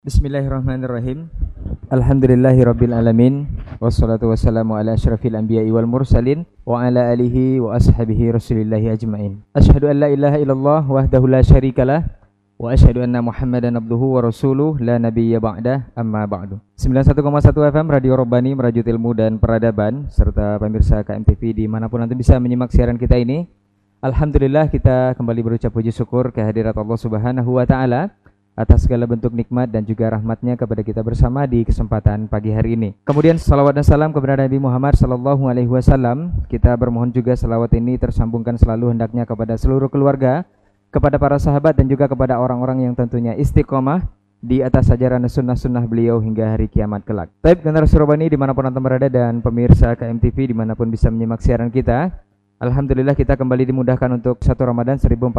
Bismillahirrahmanirrahim. Alhamdulillahirabbil alamin. Wassalatu wassalamu ala asyrafil anbiya'i wal mursalin wa ala alihi wa ashabihi rasulillahi ajmain. Asyhadu an la ilaha illallah wahdahu la syarikalah wa asyhadu anna Muhammadan abduhu wa rasuluh la nabiyya ba'dah, amma ba'du. 91,1 FM Radio Robbani, merajut ilmu dan peradaban, serta pemirsa KMTV dimanapun nanti bisa menyimak siaran kita ini. Alhamdulillah, kita kembali berucap puji syukur kehadirat Allah Subhanahu wa ta'ala atas segala bentuk nikmat dan juga rahmatnya kepada kita bersama di kesempatan pagi hari ini. Kemudian salawat dan salam kepada Nabi Muhammad sallallahu alaihi wasallam. Kita bermohon juga salawat ini tersambungkan selalu hendaknya kepada seluruh keluarga, kepada para sahabat dan juga kepada orang-orang yang tentunya istiqomah di atas ajaran sunnah-sunnah beliau hingga hari kiamat kelak. Taib generasi Robbani dimanapun anda berada dan pemirsa KMTV dimanapun bisa menyimak siaran kita. Alhamdulillah, kita kembali dimudahkan untuk 1 Ramadan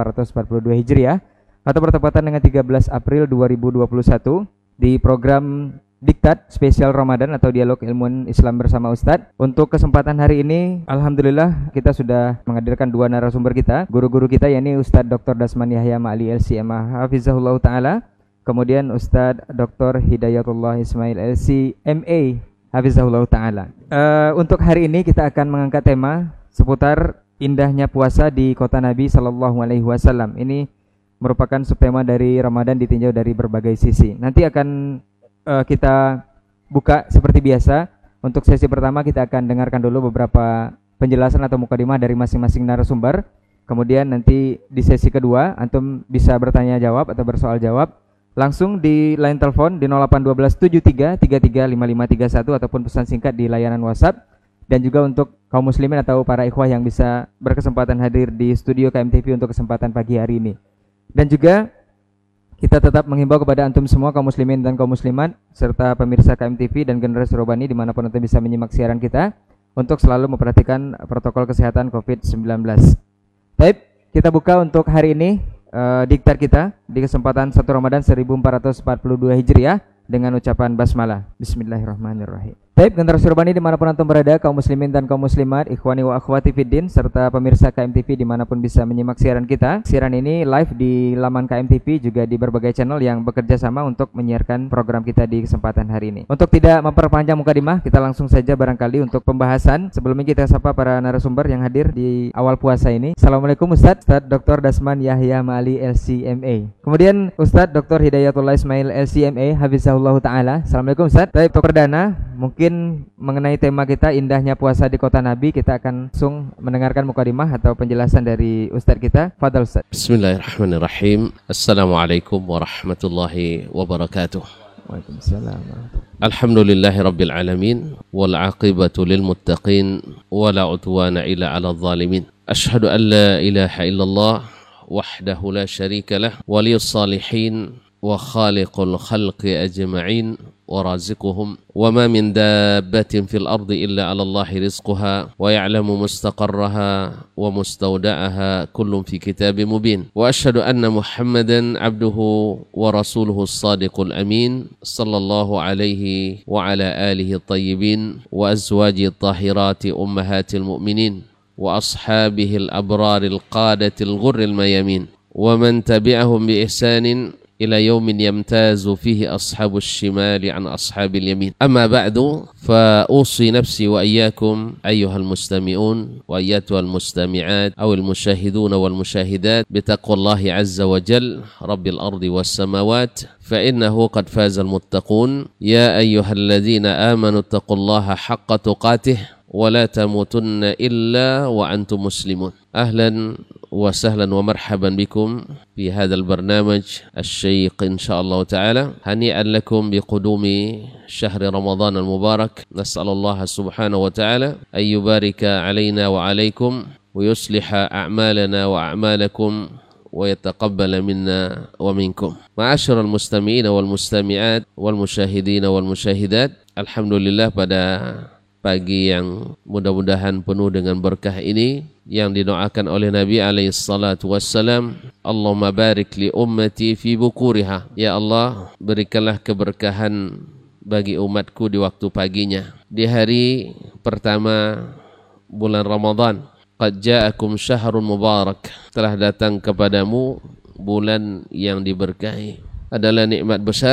1442 Hijriah atau bertepatan dengan 13 April 2021 di program Diktat Spesial Ramadan atau Dialog Ilmu Islam bersama Ustadz. Untuk kesempatan hari ini, alhamdulillah kita sudah menghadirkan dua narasumber kita, guru-guru kita, yakni Ustadz Dr. Dasman Yahya Ma'ali LC-MA Hafizahullah Ta'ala, kemudian Ustadz Dr. Hidayatullah Ismail LC-MA Hafizahullah Ta'ala. Untuk hari ini kita akan mengangkat tema seputar indahnya puasa di kota Nabi Sallallahu Alaihi Wasallam. Ini merupakan subtema dari Ramadan ditinjau dari berbagai sisi. Nanti akan kita buka seperti biasa. Untuk sesi pertama kita akan dengarkan dulu beberapa penjelasan atau mukadimah dari masing-masing narasumber. Kemudian nanti di sesi kedua antum bisa bertanya jawab atau bersoal jawab langsung di line telepon di 0812 73 33 5531 ataupun pesan singkat di layanan WhatsApp. Dan juga untuk kaum muslimin atau para ikhwah yang bisa berkesempatan hadir di studio KMTV untuk kesempatan pagi hari ini. Dan juga kita tetap menghimbau kepada antum semua kaum muslimin dan kaum muslimat serta pemirsa KMTV dan generasi Robbani dimanapun antum bisa menyimak siaran kita untuk selalu memperhatikan protokol kesehatan COVID-19. Baik, kita buka untuk hari ini diktat kita di kesempatan 1 Ramadan 1442 Hijriah dengan ucapan basmalah. Bismillahirrahmanirrahim. Baik, generasi Robbani dimanapun antum berada, kaum muslimin dan kaum muslimat, ikhwani wa akhwati fiddin, serta pemirsa KMTV dimanapun bisa menyimak siaran kita. Siaran ini live di laman KMTV, juga di berbagai channel yang bekerja sama untuk menyiarkan program kita di kesempatan hari ini. Untuk tidak memperpanjang mukadimah, kita langsung saja barangkali untuk pembahasan. Sebelumnya kita sapa para narasumber yang hadir di awal puasa ini. Assalamualaikum Ustadz Dr. Dasman Yahya Ma'ali LC-MA. Kemudian Ustadz Dr. Hidayatullah Ismail LC-MA Hafizahullah Ta'ala. Assalamualaikum Ustadz. Baik, perdana mungkin mengenai tema kita indahnya puasa di kota Nabi, kita akan langsung mendengarkan mukadimah atau penjelasan dari Ustadz kita. Fadal Ustadz. Bismillahirrahmanirrahim. Assalamualaikum warahmatullahi wabarakatuh. Waalaikumsalam. Alhamdulillahi rabbil alamin wal aqibatu lil muttaqin wala udwana illa 'alal zalimin. Asyhadu an la ilaha illallah wahdahu la syarika lah waliyus salihin wa khaliqul khalqi ajma'in ورازقهم وما من دابة في الأرض إلا على الله رزقها ويعلم مستقرها ومستودعها كل في كتاب مبين وأشهد أن محمدا عبده ورسوله الصادق الأمين صلى الله عليه وعلى آله الطيبين وأزواجه الطاهرات أمهات المؤمنين وأصحابه الأبرار القادة الغر الميامين ومن تبعهم بإحسان إلى يوم يمتاز فيه أصحاب الشمال عن أصحاب اليمين أما بعد فأوصي نفسي وإياكم أيها المستمعون وأيتها المستمعات أو المشاهدون والمشاهدات بتقوى الله عز وجل رب الأرض والسماوات فإنه قد فاز المتقون يا أيها الذين آمنوا اتقوا الله حق تقاته ولا تموتن إلا وأنتم مسلمون أهلا وسهلا ومرحبا بكم في هذا البرنامج الشيق إن شاء الله تعالى هنيئا لكم بقدوم شهر رمضان المبارك نسأل الله سبحانه وتعالى أن يبارك علينا وعليكم ويصلح أعمالنا وأعمالكم ويتقبل منا ومنكم معاشر المستمعين والمستمعات والمشاهدين والمشاهدات الحمد لله pada pagi yang mudah-mudahan penuh dengan berkah ini yang didoakan oleh Nabi alaihi salatu wassalam, Allahumma barik li ummati fi bukuriha. Ya Allah, berikanlah keberkahan bagi umatku di waktu paginya. Di hari pertama bulan Ramadan, qad ja'akum syahrun mubarak, telah datang kepadamu bulan yang diberkahi. Adalah nikmat besar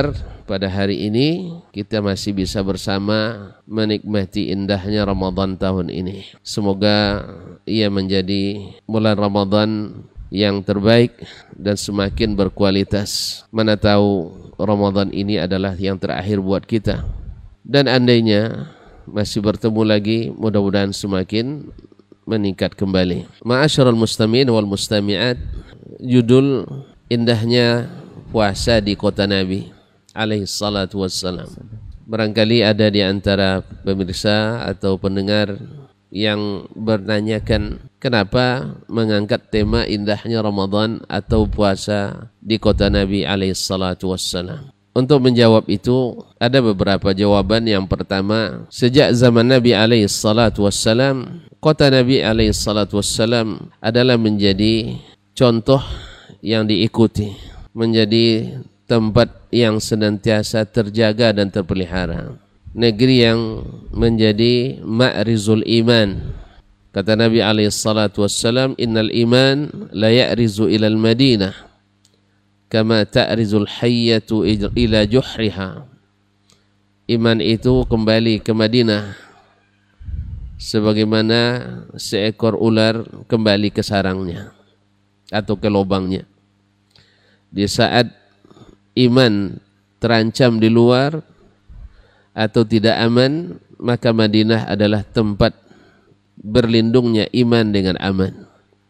pada hari ini kita masih bisa bersama menikmati indahnya Ramadan tahun ini. Semoga ia menjadi bulan Ramadan yang terbaik dan semakin berkualitas. Mana tahu Ramadan ini adalah yang terakhir buat kita. Dan andainya masih bertemu lagi, mudah-mudahan semakin meningkat kembali. Ma'asyiral mustami'in wal mustami'at, judul indahnya puasa di kota Nabi alaihi salatu wassalam. Barangkali ada di antara pemirsa atau pendengar yang bertanyakan kenapa mengangkat tema indahnya Ramadan atau puasa di kota Nabi alaihi salatu wassalam. Untuk menjawab itu ada beberapa jawaban. Yang pertama, sejak zaman Nabi alaihi salatu wassalam, kota Nabi alaihi salatu wassalam adalah menjadi contoh yang diikuti, menjadi tempat yang senantiasa terjaga dan terpelihara, negeri yang menjadi ma'rizul iman. Kata Nabi alaihi salatu wassalam, innal iman la ya'rizu ilal madinah kama ta'rizul hayyatu ila juhriha. Iman itu kembali ke Madinah sebagaimana seekor ular kembali ke sarangnya atau ke lubangnya. Di saat iman terancam di luar atau tidak aman, maka Madinah adalah tempat berlindungnya iman dengan aman.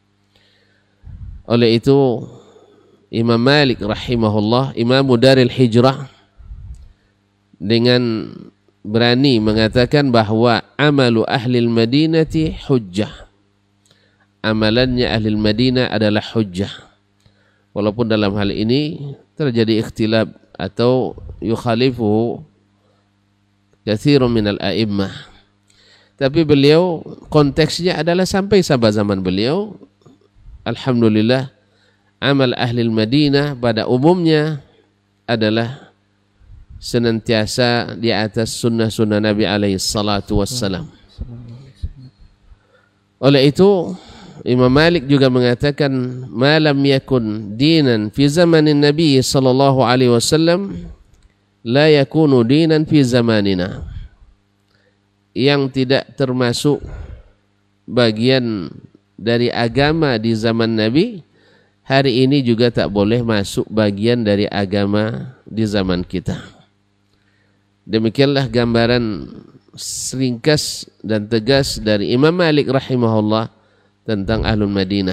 Oleh itu Imam Malik rahimahullah, Imam Daril Hijrah, dengan berani mengatakan bahwa amalu ahlil madinati hujjah. Amalannya ahli Madinah adalah hujjah. Walaupun dalam hal ini terjadi ikhtilaf atau yukhalifuhu katsirun minal a'immah. Tapi beliau konteksnya adalah sampai zaman beliau, alhamdulillah, amal ahli Madinah pada umumnya adalah senantiasa di atas sunnah-sunnah Nabi alaihi salatu wassalam. Oleh itu Imam Malik juga mengatakan, malam yakun dinan fi zamanin Nabi sallallahu alaihi wasallam la yakunu dinan fi zamanina. Yang tidak termasuk bagian dari agama di zaman Nabi, hari ini juga tak boleh masuk bagian dari agama di zaman kita. Demikianlah gambaran ringkas dan tegas dari Imam Malik rahimahullah tentang Ahlul Madinah.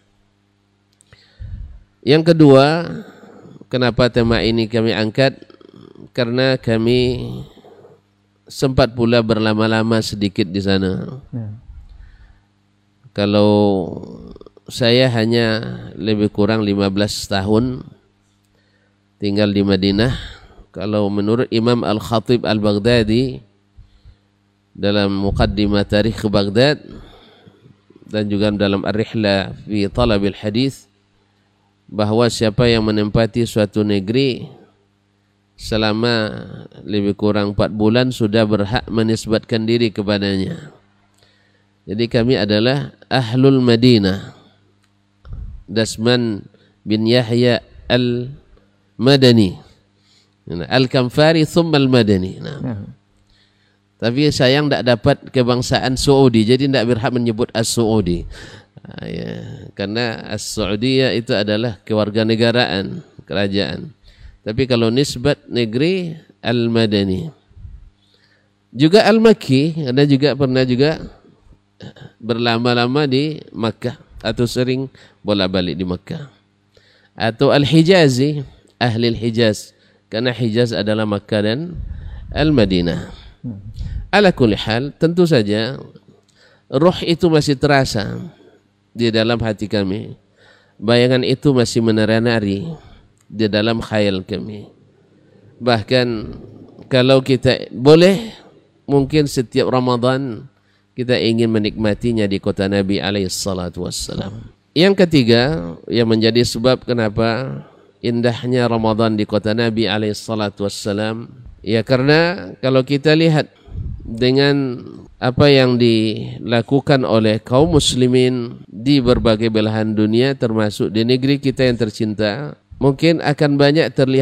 Yang kedua, kenapa tema ini kami angkat? Karena kami sempat pula berlama-lama sedikit di sana. Kalau saya hanya lebih kurang 15 tahun tinggal di Madinah. Kalau menurut Imam Al-Khatib Al-Baghdadi dalam Muqaddimah Tarikh Baghdad dan juga dalam Ar-Rihla fi Talabil Hadis, bahwa siapa yang menempati suatu negeri selama lebih kurang 4 bulan sudah berhak menisbatkan diri kepadanya. Jadi kami adalah Ahlul Madinah. Dasman bin Yahya Al-Madani, Al-Kamfari thumma Al-Madani. Tapi sayang tidak dapat kebangsaan Saudi, jadi tidak berhak menyebut As-Saudi. Karena As-Saudiyah itu adalah kewarganegaraan kerajaan. Tapi kalau nisbat negeri, Al-Madani. Juga Al-Makki, Anda juga pernah juga berlama-lama di Makkah atau sering bolak-balik di Makkah. Atau Al-Hijazi, Ahli Al-Hijaz, karena Hijaz adalah Makkah dan Al-Madinah. Ala kulli hal, tentu saja roh itu masih terasa di dalam hati kami. Bayangan itu masih menari-nari di dalam khayal kami. Bahkan kalau kita boleh, mungkin setiap Ramadan kita ingin menikmatinya di kota Nabi alaihi salatu wassalam. Yang ketiga yang menjadi sebab kenapa indahnya Ramadan di kota Nabi alaihi salatu wassalam, ya karena kalau kita lihat dengan apa yang dilakukan oleh kaum muslimin di berbagai belahan dunia termasuk di negeri kita yang tercinta, mungkin akan banyak terlihat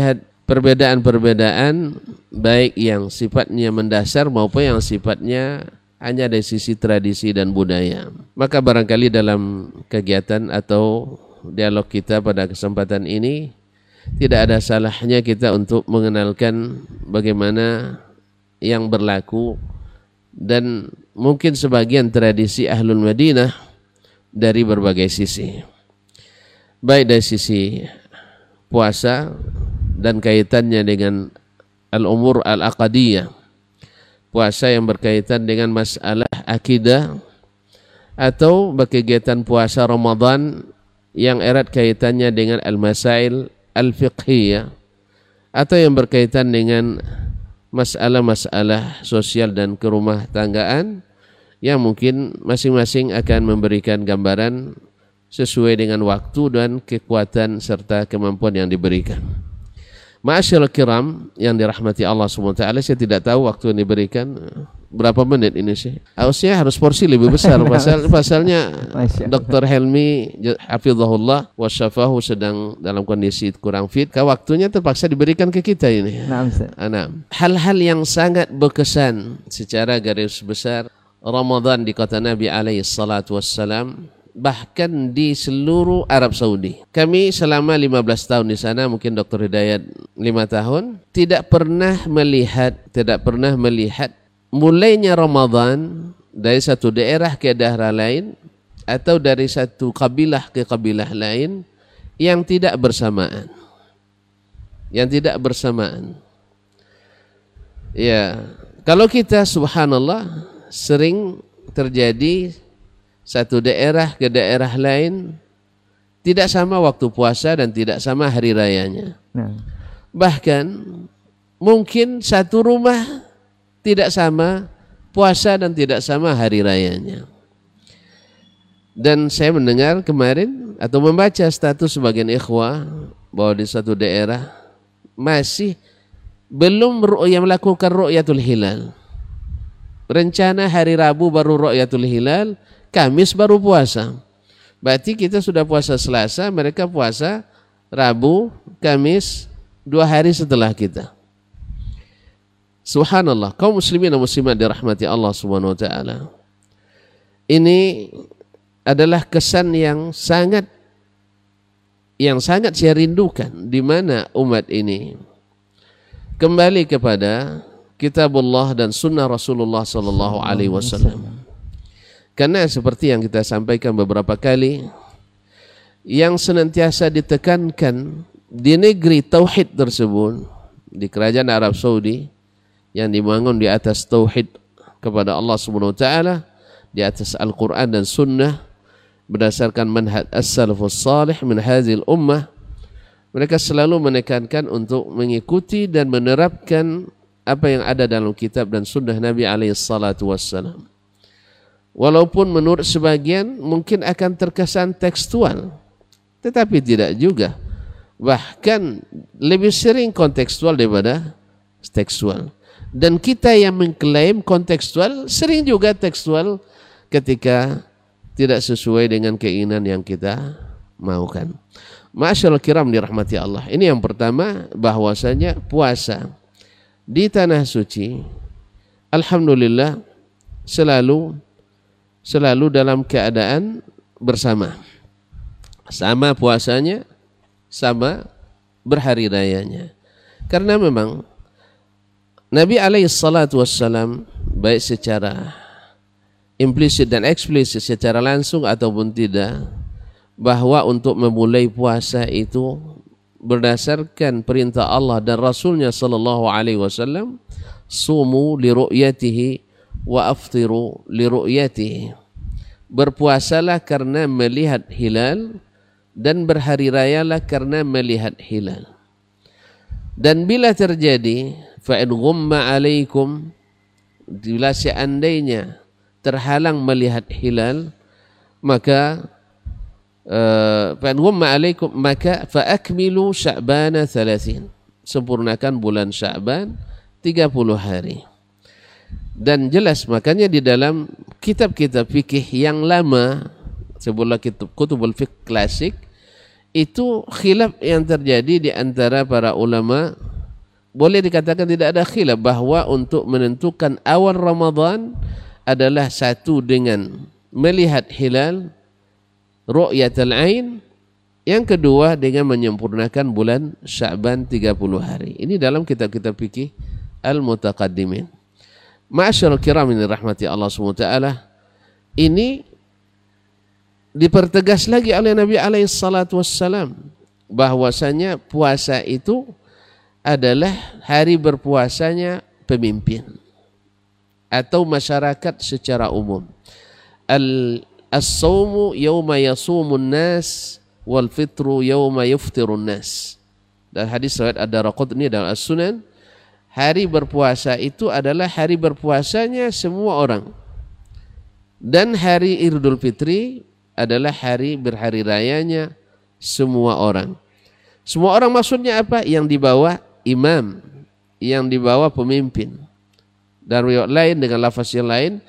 perbedaan-perbedaan baik yang sifatnya mendasar maupun yang sifatnya hanya dari sisi tradisi dan budaya. Maka barangkali dalam kegiatan atau dialog kita pada kesempatan ini tidak ada salahnya kita untuk mengenalkan bagaimana yang berlaku dan mungkin sebagian tradisi Ahlul Madinah dari berbagai sisi. Baik dari sisi puasa dan kaitannya dengan al-umur al-aqadiyah, puasa yang berkaitan dengan masalah akidah, atau kegiatan puasa Ramadan yang erat kaitannya dengan al-masail al-fiqhiyah, atau yang berkaitan dengan masalah-masalah sosial dan kerumah tanggaan yang mungkin masing-masing akan memberikan gambaran sesuai dengan waktu dan kekuatan serta kemampuan yang diberikan. Ma'asyiral kiram yang dirahmati Allah SWT, saya tidak tahu waktu yang diberikan berapa menit ini sih. Harusnya harus porsi lebih besar. Pasalnya Dr. Helmi hafizahullah wa syafahu sedang dalam kondisi kurang fit. Waktunya terpaksa diberikan ke kita ini. Hal-hal yang sangat berkesan secara garis besar Ramadan di kota Nabi alaihi salatu wassalam, bahkan di seluruh Arab Saudi. Kami selama 15 tahun di sana, mungkin Dr. Hidayat 5 tahun, tidak pernah melihat mulainya Ramadan dari satu daerah ke daerah lain atau dari satu kabilah ke kabilah lain yang tidak bersamaan. Ya, kalau kita subhanallah sering terjadi satu daerah ke daerah lain tidak sama waktu puasa dan tidak sama hari rayanya. Bahkan mungkin satu rumah tidak sama puasa dan tidak sama hari rayanya. Dan saya mendengar kemarin atau membaca status sebagian ikhwah bahwa di satu daerah masih belum melakukan ru'yatul hilal. Rencana hari Rabu baru ru'yatul hilal, Kamis baru puasa. Berarti kita sudah puasa Selasa, mereka puasa Rabu, Kamis, 2 hari setelah kita. Subhanallah, kaum muslimin dan muslimat dirahmati Allah Subhanahu wa taala. Ini adalah kesan yang sangat saya rindukan, di mana umat ini kembali kepada kitabullah dan sunnah Rasulullah sallallahu alaihi wasallam. Karena seperti yang kita sampaikan beberapa kali, yang senantiasa ditekankan di negeri tauhid tersebut, di kerajaan Arab Saudi yang dibangun di atas tauhid kepada Allah Subhanahu wa taala, di atas Al-Qur'an dan sunnah berdasarkan manhaj as-salafus salih min hadhil ummah, mereka selalu menekankan untuk mengikuti dan menerapkan apa yang ada dalam kitab dan sunnah Nabi alaihi salatu wassalam. Walaupun menurut sebagian mungkin akan terkesan tekstual, tetapi tidak juga. Bahkan lebih sering kontekstual daripada tekstual. Dan kita yang mengklaim kontekstual sering juga tekstual ketika tidak sesuai dengan keinginan yang kita maukan. Ma'asyiral kiram dirahmati Allah. Ini yang pertama, bahwasanya puasa di tanah suci alhamdulillah selalu dalam keadaan bersama. Sama puasanya, sama berhari rayanya. Karena memang Nabi alaihi salatu wassalam baik secara implisit dan eksplisit, secara langsung ataupun tidak, bahwa untuk memulai puasa itu berdasarkan perintah Allah dan Rasulnya sallallahu alaihi wasallam, sumu li ru'yatihi wa aftiru li ru'yatihi. Berpuasalah karena melihat hilal dan berhari rayalah karena melihat hilal. Dan bila terjadi fa in ghumma alaikum, bila seandainya terhalang melihat hilal, maka fa in ghumma alaikum maka fa akmilu sya'bana 30, sempurnakan bulan Sya'ban 30 hari. Dan jelas makanya di dalam kitab-kitab fikih yang lama, sebuah kutubul fiqh klasik, itu khilaf yang terjadi di antara para ulama boleh dikatakan tidak ada khilaf bahwa untuk menentukan awal Ramadan adalah satu dengan melihat hilal ru'yatul ain, yang kedua dengan menyempurnakan bulan Sya'ban 30 hari. Ini dalam kitab-kitab fikih al-mutaqaddimin. Ma'asyiral kiram ini rahmati Allah SWT, ini dipertegas lagi oleh Nabi alaihi salatu wassalam bahwasanya puasa itu adalah hari berpuasanya pemimpin atau masyarakat secara umum. As-sawmu yawma yasumun nas wal fitru yawma yuftirun nas. Dan hadis riwayat Ad-Daraqutni dalam As-Sunan, hari berpuasa itu adalah hari berpuasanya semua orang. Dan hari Idul Fitri adalah hari berhari rayanya semua orang. Semua orang maksudnya apa? Yang dibawa imam, yang dibawa pemimpin. Dan riwayat lain dengan lafaz yang lain,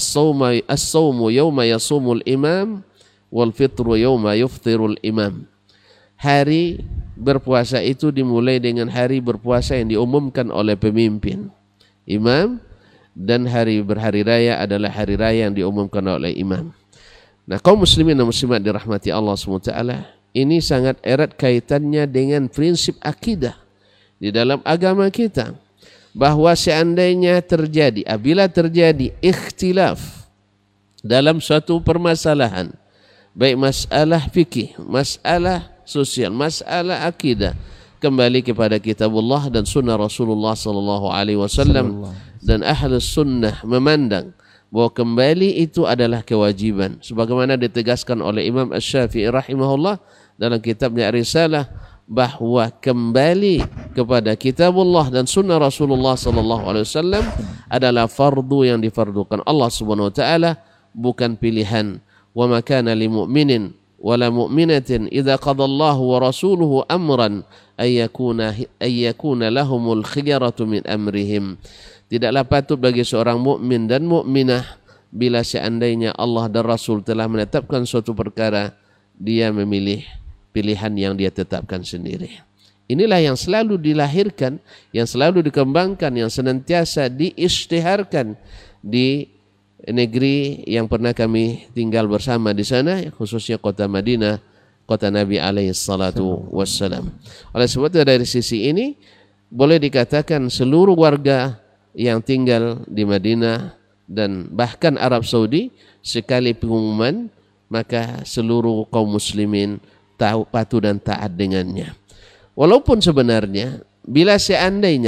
as-sawmu yawma yasumul imam wal fitru yawma yuftirul imam. Hari berpuasa itu dimulai dengan hari berpuasa yang diumumkan oleh pemimpin, imam, dan hari berhari raya adalah hari raya yang diumumkan oleh imam. Nah, kaum muslimin dan muslimat dirahmati Allah SWT, ini sangat erat kaitannya dengan prinsip akidah di dalam agama kita, bahwa seandainya terjadi, apabila terjadi ikhtilaf dalam suatu permasalahan, baik masalah fikih, masalah sosial, masalah akidah, kembali kepada kitabullah dan sunnah Rasulullah sallallahu alaihi wasallam, dan ahlus sunnah memandang bahwa kembali itu adalah kewajiban sebagaimana ditegaskan oleh Imam Asy-Syafi'i rahimahullah dalam kitabnya Risalah, bahwa kembali kepada kitabullah dan sunnah Rasulullah sallallahu alaihi wasallam adalah fardu yang difardukan Allah Subhanahu wa taala, bukan pilihan. Wa ma kana lil mu'minin wala mu'minatin idza qadallahu wa rasuluhu amran ay yakuna lahumul khiyaratu min amrihim. Tidaklah patut bagi seorang mukmin dan mukminah bila seandainya Allah dan Rasul telah menetapkan suatu perkara, dia memilih pilihan yang dia tetapkan sendiri. Inilah yang selalu dilahirkan, yang selalu dikembangkan, yang senantiasa diisytiharkan di negeri yang pernah kami tinggal bersama di sana, khususnya kota Madinah, kota Nabi alaihi salatu wassalam. Oleh sebab itu dari sisi ini boleh dikatakan seluruh warga yang tinggal di Madinah dan bahkan Arab Saudi, sekali pengumuman maka seluruh kaum muslimin tahu, patuh dan taat dengannya. Walaupun sebenarnya bila seandainya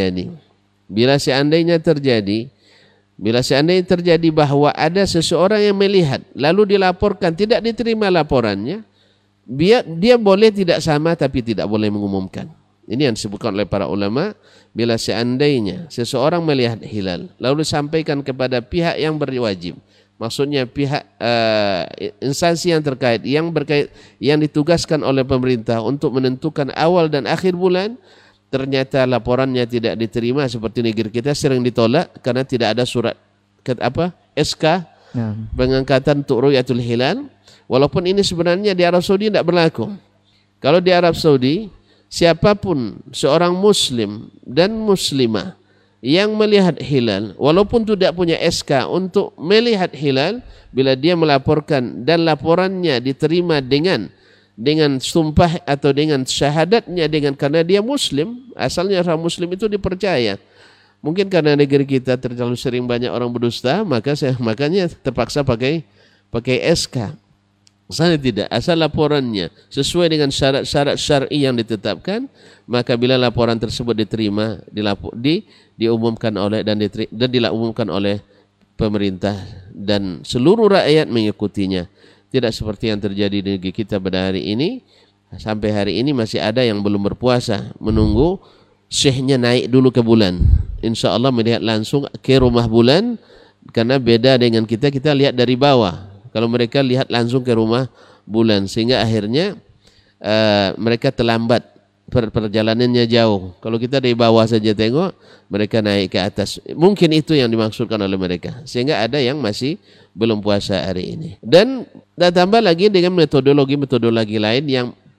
terjadi bahwa ada seseorang yang melihat lalu dilaporkan tidak diterima laporannya, dia boleh tidak sama tapi tidak boleh mengumumkan. Ini yang disebutkan oleh para ulama, bila seandainya seseorang melihat hilal lalu disampaikan kepada pihak yang berwajib, maksudnya pihak instansi yang terkait, yang ditugaskan oleh pemerintah untuk menentukan awal dan akhir bulan, ternyata laporannya tidak diterima, seperti negeri kita sering ditolak karena tidak ada surat SK pengangkatan untuk ru'yatul hilal. Walaupun ini sebenarnya di Arab Saudi tidak berlaku. Kalau di Arab Saudi, siapapun seorang muslim dan muslimah yang melihat hilal, walaupun tidak punya SK untuk melihat hilal, bila dia melaporkan dan laporannya diterima dengan sumpah atau dengan syahadatnya, karena dia muslim, asalnya orang muslim itu dipercaya. Mungkin karena negeri kita terlalu sering banyak orang berdusta, makanya terpaksa pakai SK. Sana tidak, asal laporannya sesuai dengan syarat-syarat syar'i yang ditetapkan, maka bila laporan tersebut diterima, diumumkan oleh dan diumumkan oleh pemerintah dan seluruh rakyat mengikutinya. Tidak seperti yang terjadi di negeri kita pada hari ini. Sampai hari ini masih ada yang belum berpuasa, menunggu syekhnya naik dulu ke bulan. Insya Allah melihat langsung ke rumah bulan, karena beda dengan kita lihat dari bawah. Kalau mereka lihat langsung ke rumah bulan, sehingga akhirnya mereka terlambat, perjalanannya jauh. Kalau kita dari bawah saja tengok, mereka naik ke atas. Mungkin itu yang dimaksudkan oleh mereka, sehingga ada yang masih belum puasa hari ini. Dan tambah lagi dengan metodologi lain yang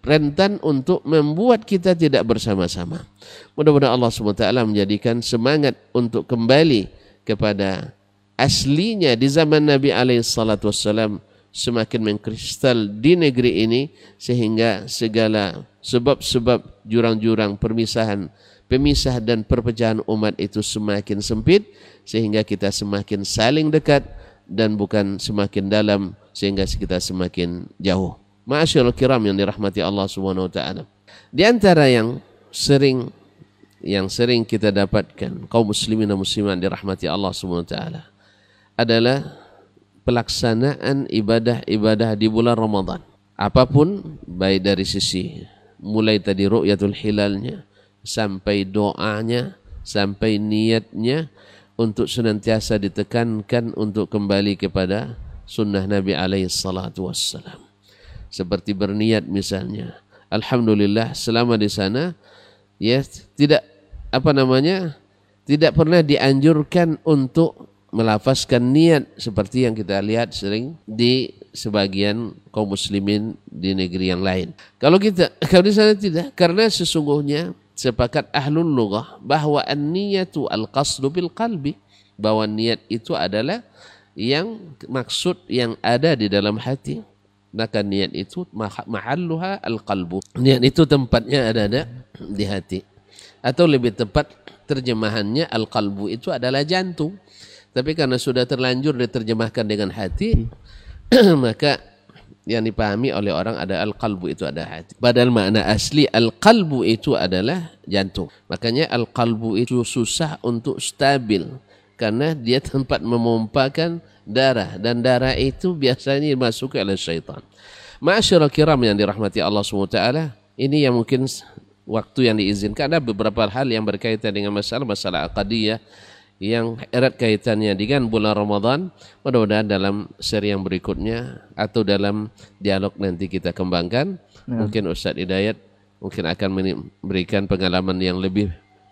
rentan untuk membuat kita tidak bersama-sama. Mudah-mudahan Allah SWT menjadikan semangat untuk kembali kepada aslinya di zaman Nabi SAW semakin mengkristal di negeri ini, sehingga segala sebab-sebab jurang-jurang pemisah dan perpecahan umat itu semakin sempit, sehingga kita semakin saling dekat dan bukan semakin dalam sehingga kita semakin jauh. Ma'asyiral kiram yang dirahmati Allah Subhanahu wa taala. Di antara yang sering kita dapatkan kaum muslimin dan muslimat dirahmati Allah Subhanahu wa taala adalah pelaksanaan ibadah-ibadah di bulan Ramadan. Apapun, baik dari sisi mulai tadi ru'yatul hilalnya sampai doanya, sampai niatnya, untuk senantiasa ditekankan untuk kembali kepada sunnah Nabi alaihi salatu wassalam. Seperti berniat misalnya, alhamdulillah selama di sana ya tidak pernah dianjurkan untuk melafazkan niat seperti yang kita lihat sering di sebagian kaum muslimin di negeri yang lain. Kalau di sana tidak, karena sesungguhnya sepakat ahlul lughah bahwa an-niyatu al-qasdu bil qalbi, bahwa niat itu adalah yang maksud yang ada di dalam hati. Maka niat itu mahalluha al-qalbu. Niat itu tempatnya ada di hati. Atau lebih tepat terjemahannya al-qalbu itu adalah jantung. Tapi karena sudah terlanjur diterjemahkan dengan hati, maka yang dipahami oleh orang ada al-qalbu itu ada hati. Padahal makna asli al-qalbu itu adalah jantung. Makanya al-qalbu itu susah untuk stabil karena dia tempat memompakan darah, dan darah itu biasanya masuk oleh syaitan. Ma'asyiral kiram yang dirahmati Allah SWT, ini yang mungkin waktu yang diizinkan. Ada beberapa hal yang berkaitan dengan masalah aqadiyah yang erat kaitannya dengan bulan Ramadan. Mudah-mudahan dalam seri yang berikutnya atau dalam dialog nanti kita kembangkan. Mungkin Ustaz Hidayat mungkin akan memberikan pengalaman yang lebih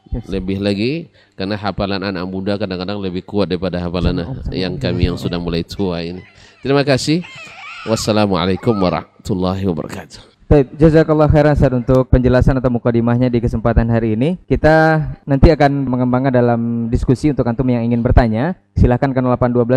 lagi, karena hafalan anak muda kadang-kadang lebih kuat daripada hafalan yang kami yang sudah mulai tua ini. Terima kasih. Wassalamualaikum warahmatullahi wabarakatuh. Baik, jazakallah khairan Ustaz untuk penjelasan atau mukadimahnya di kesempatan hari ini. Kita nanti akan mengembangkan dalam diskusi untuk antum yang ingin bertanya. Silahkan ke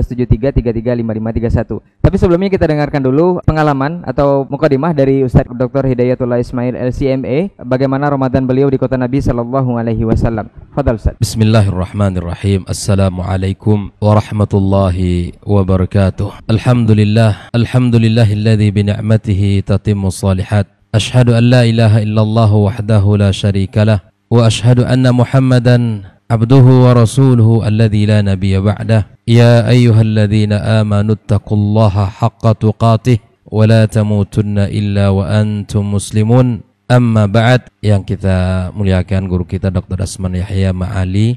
081273335531. Tapi sebelumnya kita dengarkan dulu pengalaman atau mukadimah dari Ustaz Dr. Hidayatullah Ismail LCMA, bagaimana Ramadan beliau di kota Nabi sallallahu alaihi wasallam. Fadhal Ustaz. Bismillahirrahmanirrahim. Assalamualaikum warahmatullahi wabarakatuh. Alhamdulillahilladzi bi ni'matihi tatimmu shalihat. Ashhadu an la ilaha illallah wahdahu la syarika lah wa ashhadu anna Muhammadan abduhu wa rasuluhu alladzi la nabiyya ba'dah. Ya ayyuhalladzina amanu taqullaha haqqa tuqatih wa la tamutunna illa wa antum muslimun. Amma ba'd, yang kita muliakan guru kita Dr. Asman Yahya Ma'ali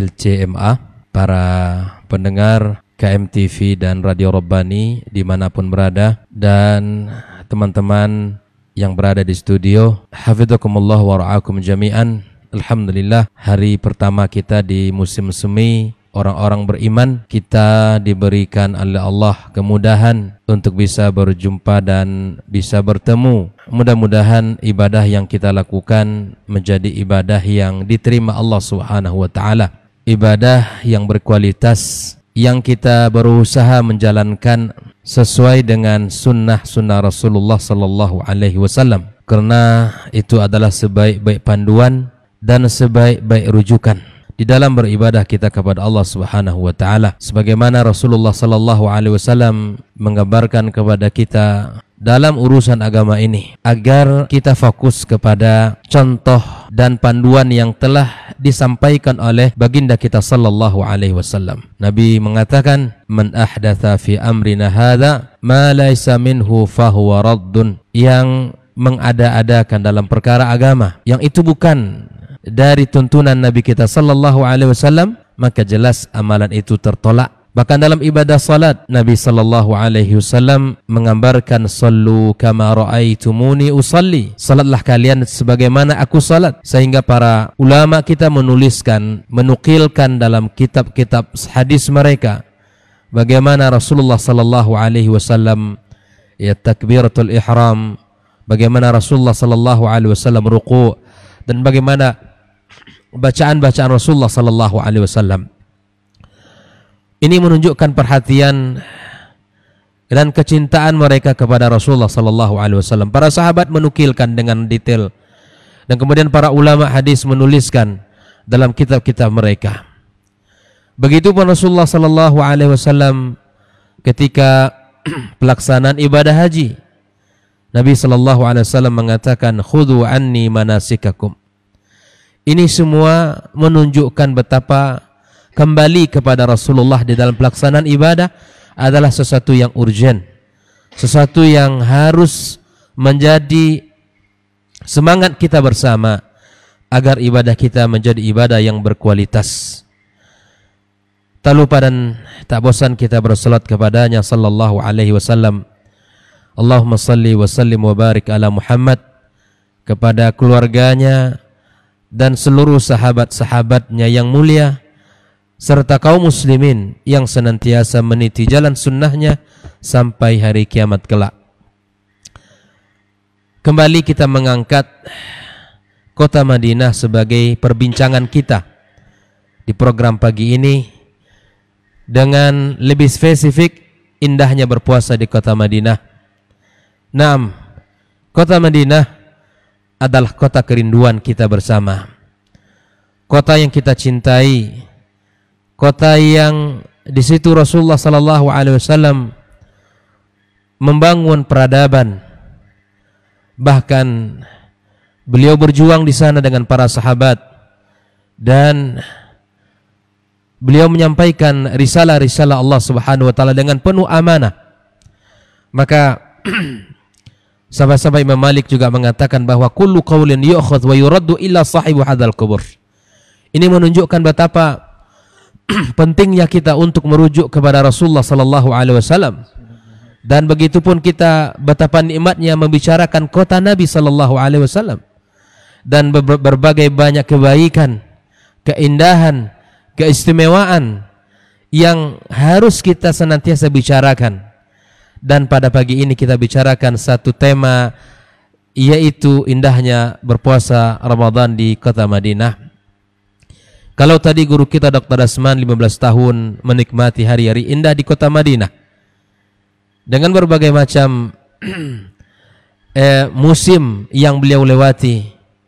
LCMA, para pendengar KMTV dan Radio Rabbani dimanapun berada, dan teman-teman yang berada di studio, hafidzakumullah wa ra'akum jami'an. Alhamdulillah, hari pertama kita di musim semi orang-orang beriman, kita diberikan oleh Allah kemudahan untuk bisa berjumpa dan bisa bertemu. Mudah-mudahan ibadah yang kita lakukan menjadi ibadah yang diterima Allah Subhanahu wa taala, ibadah yang berkualitas, yang kita berusaha menjalankan sesuai dengan sunnah Rasulullah sallallahu alaihi wasallam, karena itu adalah sebaik-baik panduan dan sebaik-baik rujukan di dalam beribadah kita kepada Allah Subhanahu wa taala, sebagaimana Rasulullah sallallahu alaihi wasallam mengabarkan kepada kita dalam urusan agama ini agar kita fokus kepada contoh dan panduan yang telah disampaikan oleh baginda kita sallallahu alaihi wasallam. Nabi mengatakan, "Man ahdatha fi amrina hadza ma laysa minhu fahuwa raddun." Yang mengada-adakan dalam perkara agama yang itu bukan dari tuntunan Nabi kita sallallahu alaihi wasallam, maka jelas amalan itu tertolak. Bahkan dalam ibadah salat, Nabi sallallahu alaihi wasallam menggambarkan, "Sallu kama ra'aitumuni usalli." Salatlah kalian sebagaimana aku salat. Sehingga para ulama kita menukilkan dalam kitab-kitab hadis mereka bagaimana Rasulullah sallallahu alaihi wasallam takbiratul ihram, bagaimana Rasulullah sallallahu alaihi wasallam ruku', dan bagaimana bacaan-bacaan Rasulullah sallallahu alaihi wasallam. Ini menunjukkan perhatian dan kecintaan mereka kepada Rasulullah sallallahu alaihi wasallam. Para sahabat menukilkan dengan detail, dan kemudian para ulama hadis menuliskan dalam kitab-kitab mereka. Begitupun Rasulullah sallallahu alaihi wasallam ketika pelaksanaan ibadah haji. Nabi sallallahu alaihi wasallam mengatakan, "Khudhu anni manasikakum." Ini semua menunjukkan betapa kembali kepada Rasulullah di dalam pelaksanaan ibadah adalah sesuatu yang urgent, sesuatu yang harus menjadi semangat kita bersama agar ibadah kita menjadi ibadah yang berkualitas. Tak lupa dan tak bosan kita bersalat kepadanya sallallahu alaihi wasallam. Allahumma salli wa sallim wa barik ala Muhammad, kepada keluarganya dan seluruh sahabat-sahabatnya yang mulia, serta kaum muslimin yang senantiasa meniti jalan sunnahnya sampai hari kiamat kelak. Kembali kita mengangkat kota Madinah sebagai perbincangan kita di program pagi ini, dengan lebih spesifik indahnya berpuasa di kota Madinah. Naam, kota Madinah adalah kota kerinduan kita bersama, kota yang kita cintai, kota yang di situ Rasulullah sallallahu alaihi wasallam membangun peradaban. Bahkan beliau berjuang di sana dengan para sahabat, dan beliau menyampaikan risalah-risalah Allah Subhanahu wa taala dengan penuh amanah. Maka sahabat-sahabat Imam Malik juga mengatakan bahwa kullu qaulin yu'khadh wa yuraddu illa sahibu hadzal qubur. Ini menunjukkan betapa pentingnya kita untuk merujuk kepada Rasulullah sallallahu alaihi wasallam. Dan begitupun kita betapa nikmatnya membicarakan kota Nabi sallallahu alaihi wasallam, dan berbagai banyak kebaikan, keindahan, keistimewaan yang harus kita senantiasa bicarakan. Dan pada pagi ini kita bicarakan satu tema, yaitu indahnya berpuasa Ramadan di kota Madinah. Kalau tadi guru kita Dr. Dasman 15 tahun menikmati hari-hari indah di kota Madinah dengan berbagai macam musim yang beliau lewati,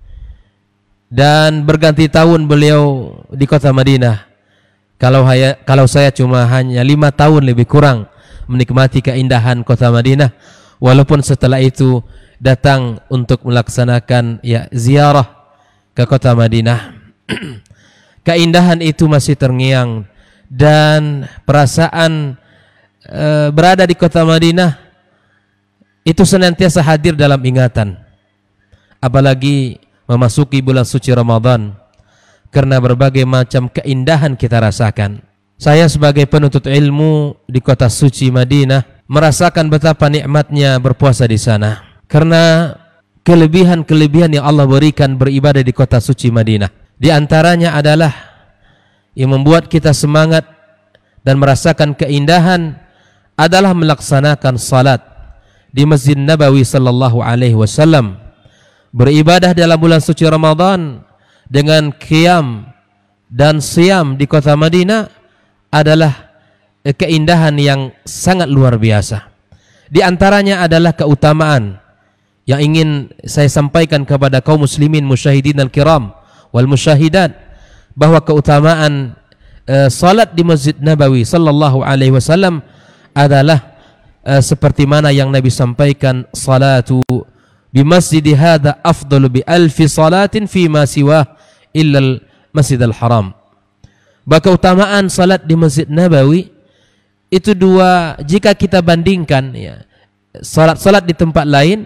dan berganti tahun beliau di kota Madinah. Kalau saya cuma hanya 5 tahun lebih kurang menikmati keindahan kota Madinah, walaupun setelah itu datang untuk melaksanakan ziarah ke kota Madinah. Keindahan itu masih terngiang, dan perasaan berada di kota Madinah itu senantiasa hadir dalam ingatan, apalagi memasuki bulan suci Ramadan, karena berbagai macam keindahan kita rasakan. Saya sebagai penuntut ilmu di kota suci Madinah merasakan betapa nikmatnya berpuasa di sana, karena kelebihan-kelebihan yang Allah berikan beribadah di kota suci Madinah. Di antaranya adalah yang membuat kita semangat dan merasakan keindahan adalah melaksanakan salat di Masjid Nabawi sallallahu alaihi wasallam. Beribadah dalam bulan suci Ramadan dengan qiyam dan siyam di kota Madinah adalah keindahan yang sangat luar biasa. Di antaranya adalah keutamaan yang ingin saya sampaikan kepada kaum muslimin musyahidin al-kiram wal musyahidat, bahwa keutamaan salat di Masjid Nabawi sallallahu alaihi wasallam adalah seperti mana yang Nabi sampaikan, salatu bi masjidi hadza afdalu bi alfi salatin fi ma siwa illa al Masjidil Haram. Bahwa keutamaan salat di Masjid Nabawi itu dua, jika kita bandingkan salat-salat di tempat lain,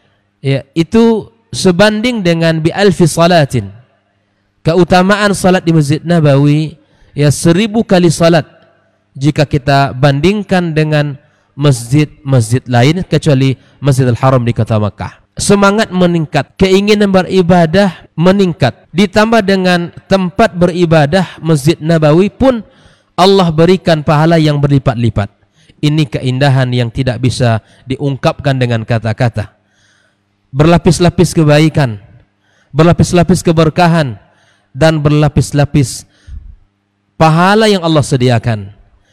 itu sebanding dengan bi alfi salatin. Keutamaan salat di Masjid Nabawi 1000 kali salat jika kita bandingkan dengan masjid-masjid lain kecuali Masjidil Haram di kota Makkah. Semangat meningkat, keinginan beribadah meningkat, ditambah dengan tempat beribadah Masjid Nabawi pun Allah berikan pahala yang berlipat-lipat. Ini keindahan yang tidak bisa diungkapkan dengan kata-kata. berlapis-lapis kebaikan, berlapis-lapis keberkahan, dan berlapis-lapis pahala yang Allah sediakan.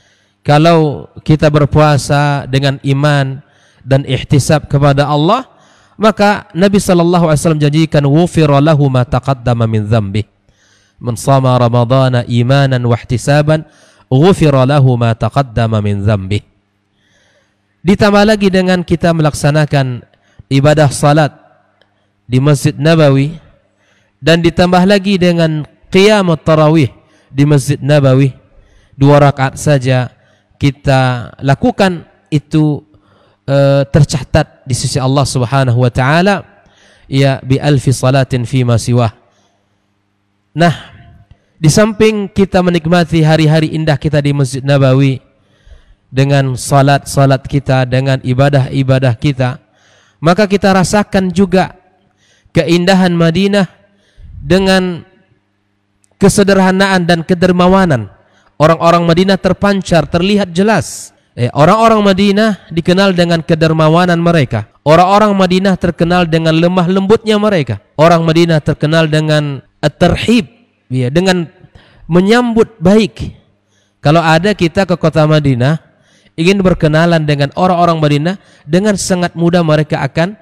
Kalau kita berpuasa dengan iman dan ihtisab kepada Allah, maka Nabi sallallahu alaihi wasallam janjikan ghufira lahu ma taqaddama min dzambi. Man shama ramadhana imanan wa ihtisaban ghufira lahu ma taqaddama min dzambi. Ditambah lagi dengan kita melaksanakan ibadah salat di Masjid Nabawi, dan ditambah lagi dengan qiyamut tarawih di Masjid Nabawi, 2 rakaat saja kita lakukan itu tercatat di sisi Allah Subhanahu wa taala ya bi alfi salatin fi ma siwah. Nah, di samping kita menikmati hari-hari indah kita di Masjid Nabawi dengan salat-salat kita, dengan ibadah-ibadah kita, maka kita rasakan juga keindahan Madinah dengan kesederhanaan dan kedermawanan. Orang-orang Madinah terpancar, terlihat jelas. Orang-orang Madinah dikenal dengan kedermawanan mereka. Orang-orang Madinah terkenal dengan lemah lembutnya mereka. Orang Madinah terkenal dengan at-tarhib, ya, dengan menyambut baik. Kalau ada kita ke kota Madinah, ingin berkenalan dengan orang-orang Madinah, dengan sangat mudah mereka akan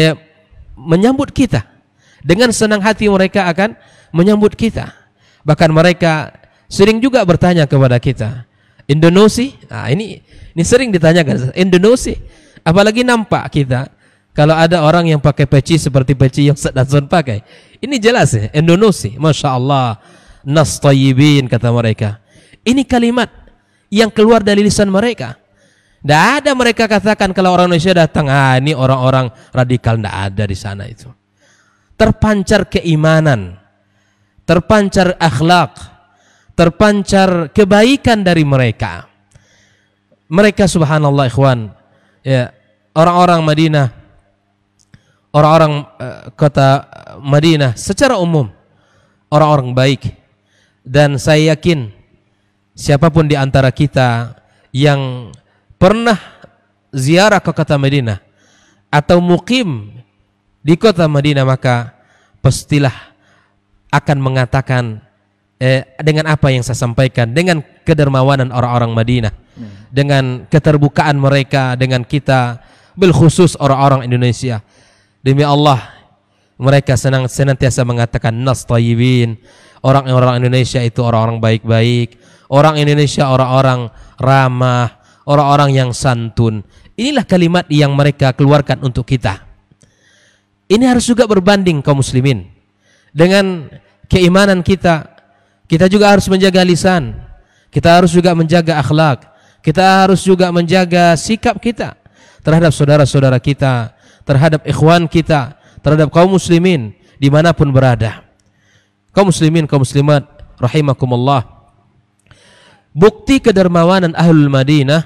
menyambut kita. Dengan senang hati mereka akan menyambut kita. Bahkan mereka sering juga bertanya kepada kita, Indonesia? Nah, ini sering ditanyakan, Indonesia. Apalagi nampak kita kalau ada orang yang pakai peci seperti peci yang Ustaz Dazon pakai. Ini jelas ya, Indonesia. Masya Allah, nas tayyibin kata mereka. Ini kalimat yang keluar dari lisan mereka. Tidak ada mereka katakan kalau orang Indonesia datang, ini orang-orang radikal. Tidak ada di sana itu. Terpancar keimanan, terpancar akhlak, terpancar kebaikan dari mereka. Mereka subhanallah ikhwan, ya, orang-orang Madinah, orang-orang kota Madinah secara umum orang-orang baik, dan saya yakin siapapun di antara kita yang pernah ziarah ke kota Madinah atau mukim di kota Madinah, maka pastilah akan mengatakan dengan apa yang saya sampaikan, dengan kedermawanan orang-orang Madinah, dengan keterbukaan mereka dengan kita, bilkhusus orang-orang Indonesia. Demi Allah, mereka senantiasa mengatakan nas tayyibin. Orang-orang Indonesia itu orang-orang baik-baik. Orang Indonesia orang-orang ramah, orang-orang yang santun. Inilah kalimat yang mereka keluarkan untuk kita. Ini harus juga berbanding kaum muslimin dengan keimanan kita. Kita juga harus menjaga lisan, kita harus juga menjaga akhlak, kita harus juga menjaga sikap kita terhadap saudara-saudara kita, terhadap ikhwan kita, terhadap kaum muslimin dimanapun berada. Kaum muslimin, kaum muslimat rahimakumullah, bukti kedermawanan Ahlul Madinah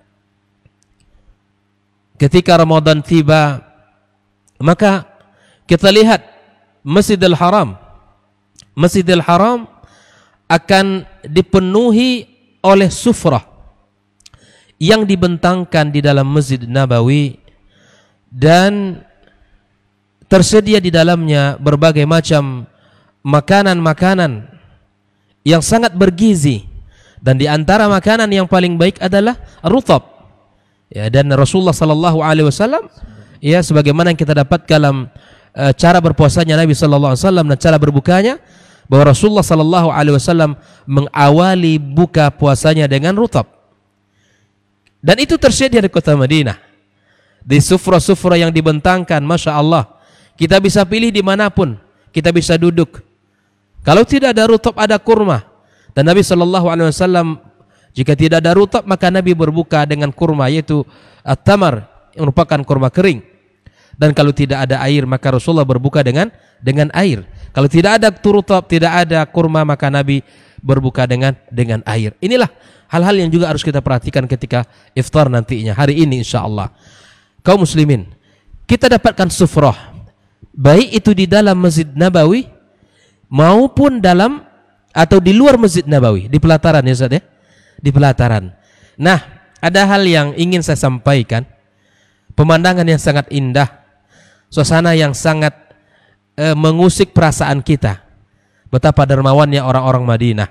ketika Ramadan tiba, maka kita lihat Masjidil Haram. Masjidil Haram akan dipenuhi oleh sufrah yang dibentangkan di dalam Masjid Nabawi, dan tersedia di dalamnya berbagai macam makanan-makanan yang sangat bergizi, dan di antara makanan yang paling baik adalah rutab. Ya, dan Rasulullah sallallahu alaihi wasallam, ya, sebagaimana yang kita dapat dalam cara berpuasanya Nabi sallallahu alaihi wasallam dan cara berbukanya, bahwa Rasulullah sallallahu alaihi wasallam mengawali buka puasanya dengan rutab. Dan itu tersedia di kota Madinah. Di sufra-sufra yang dibentangkan, Masya Allah, kita bisa pilih dimanapun, kita bisa duduk. Kalau tidak ada rutab, ada kurma. Dan Nabi sallallahu alaihi wasallam, jika tidak ada rutab, maka Nabi berbuka dengan kurma, yaitu at-tamar, yang merupakan kurma kering. Dan kalau tidak ada air, maka Rasulullah berbuka dengan air. Kalau tidak ada rutab, tidak ada kurma, maka Nabi berbuka dengan air. Inilah hal-hal yang juga harus kita perhatikan ketika iftar nantinya, hari ini insyaallah. Kaum muslimin, kita dapatkan sufrah, baik itu di dalam Masjid Nabawi maupun dalam atau di luar Masjid Nabawi, di pelataran ya Ustaz ya, di pelataran. Nah, ada hal yang ingin saya sampaikan, pemandangan yang sangat indah. suasana yang sangat mengusik perasaan kita. Betapa dermawannya orang-orang Madinah.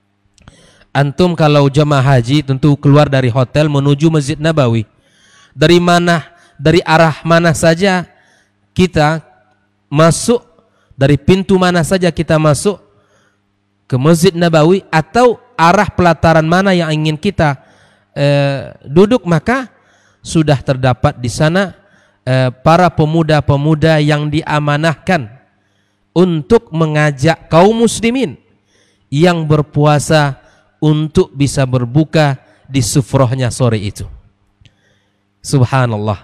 Antum kalau jemaah haji tentu keluar dari hotel menuju Masjid Nabawi. Dari mana, dari arah mana saja kita masuk, dari pintu mana saja kita masuk ke Masjid Nabawi atau arah pelataran mana yang ingin kita duduk, maka sudah terdapat di sana para pemuda-pemuda yang diamanahkan untuk mengajak kaum muslimin yang berpuasa untuk bisa berbuka di sufrohnya sore itu. Subhanallah.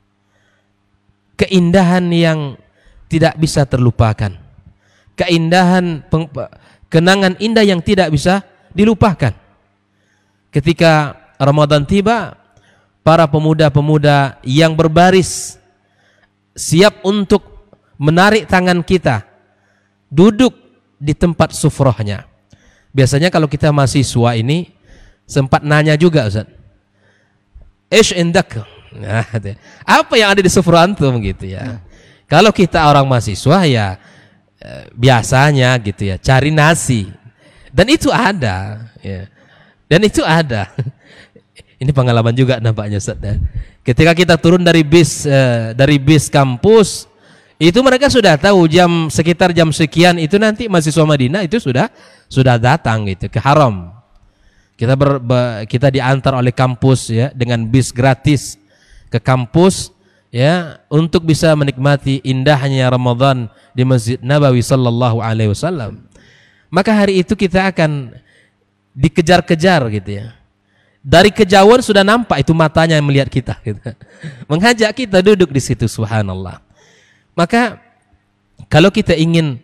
Keindahan yang tidak bisa terlupakan. Keindahan, kenangan indah yang tidak bisa dilupakan. Ketika Ramadan tiba, para pemuda-pemuda yang berbaris siap untuk menarik tangan kita duduk di tempat sufrohnya. Biasanya kalau kita mahasiswa ini sempat nanya juga, Ustaz, "Ish indak?" Nah, apa yang ada di sufroh antum gitu ya. Kalau kita orang mahasiswa ya biasanya gitu ya, cari nasi. Dan itu ada ya. Dan itu ada. Ini pengalaman juga nampaknya, Ustaz ya. Ketika kita turun dari bis kampus, itu mereka sudah tahu sekitar jam sekian itu nanti mahasiswa Madinah itu sudah datang gitu ke Haram. Kita diantar oleh kampus ya dengan bis gratis ke kampus ya untuk bisa menikmati indahnya Ramadan di Masjid Nabawi sallallahu alaihi wasallam. Maka hari itu kita akan dikejar-kejar gitu ya. Dari kejauhan sudah nampak itu matanya yang melihat kita gitu. Mengajak kita duduk di situ, subhanallah. Maka kalau kita ingin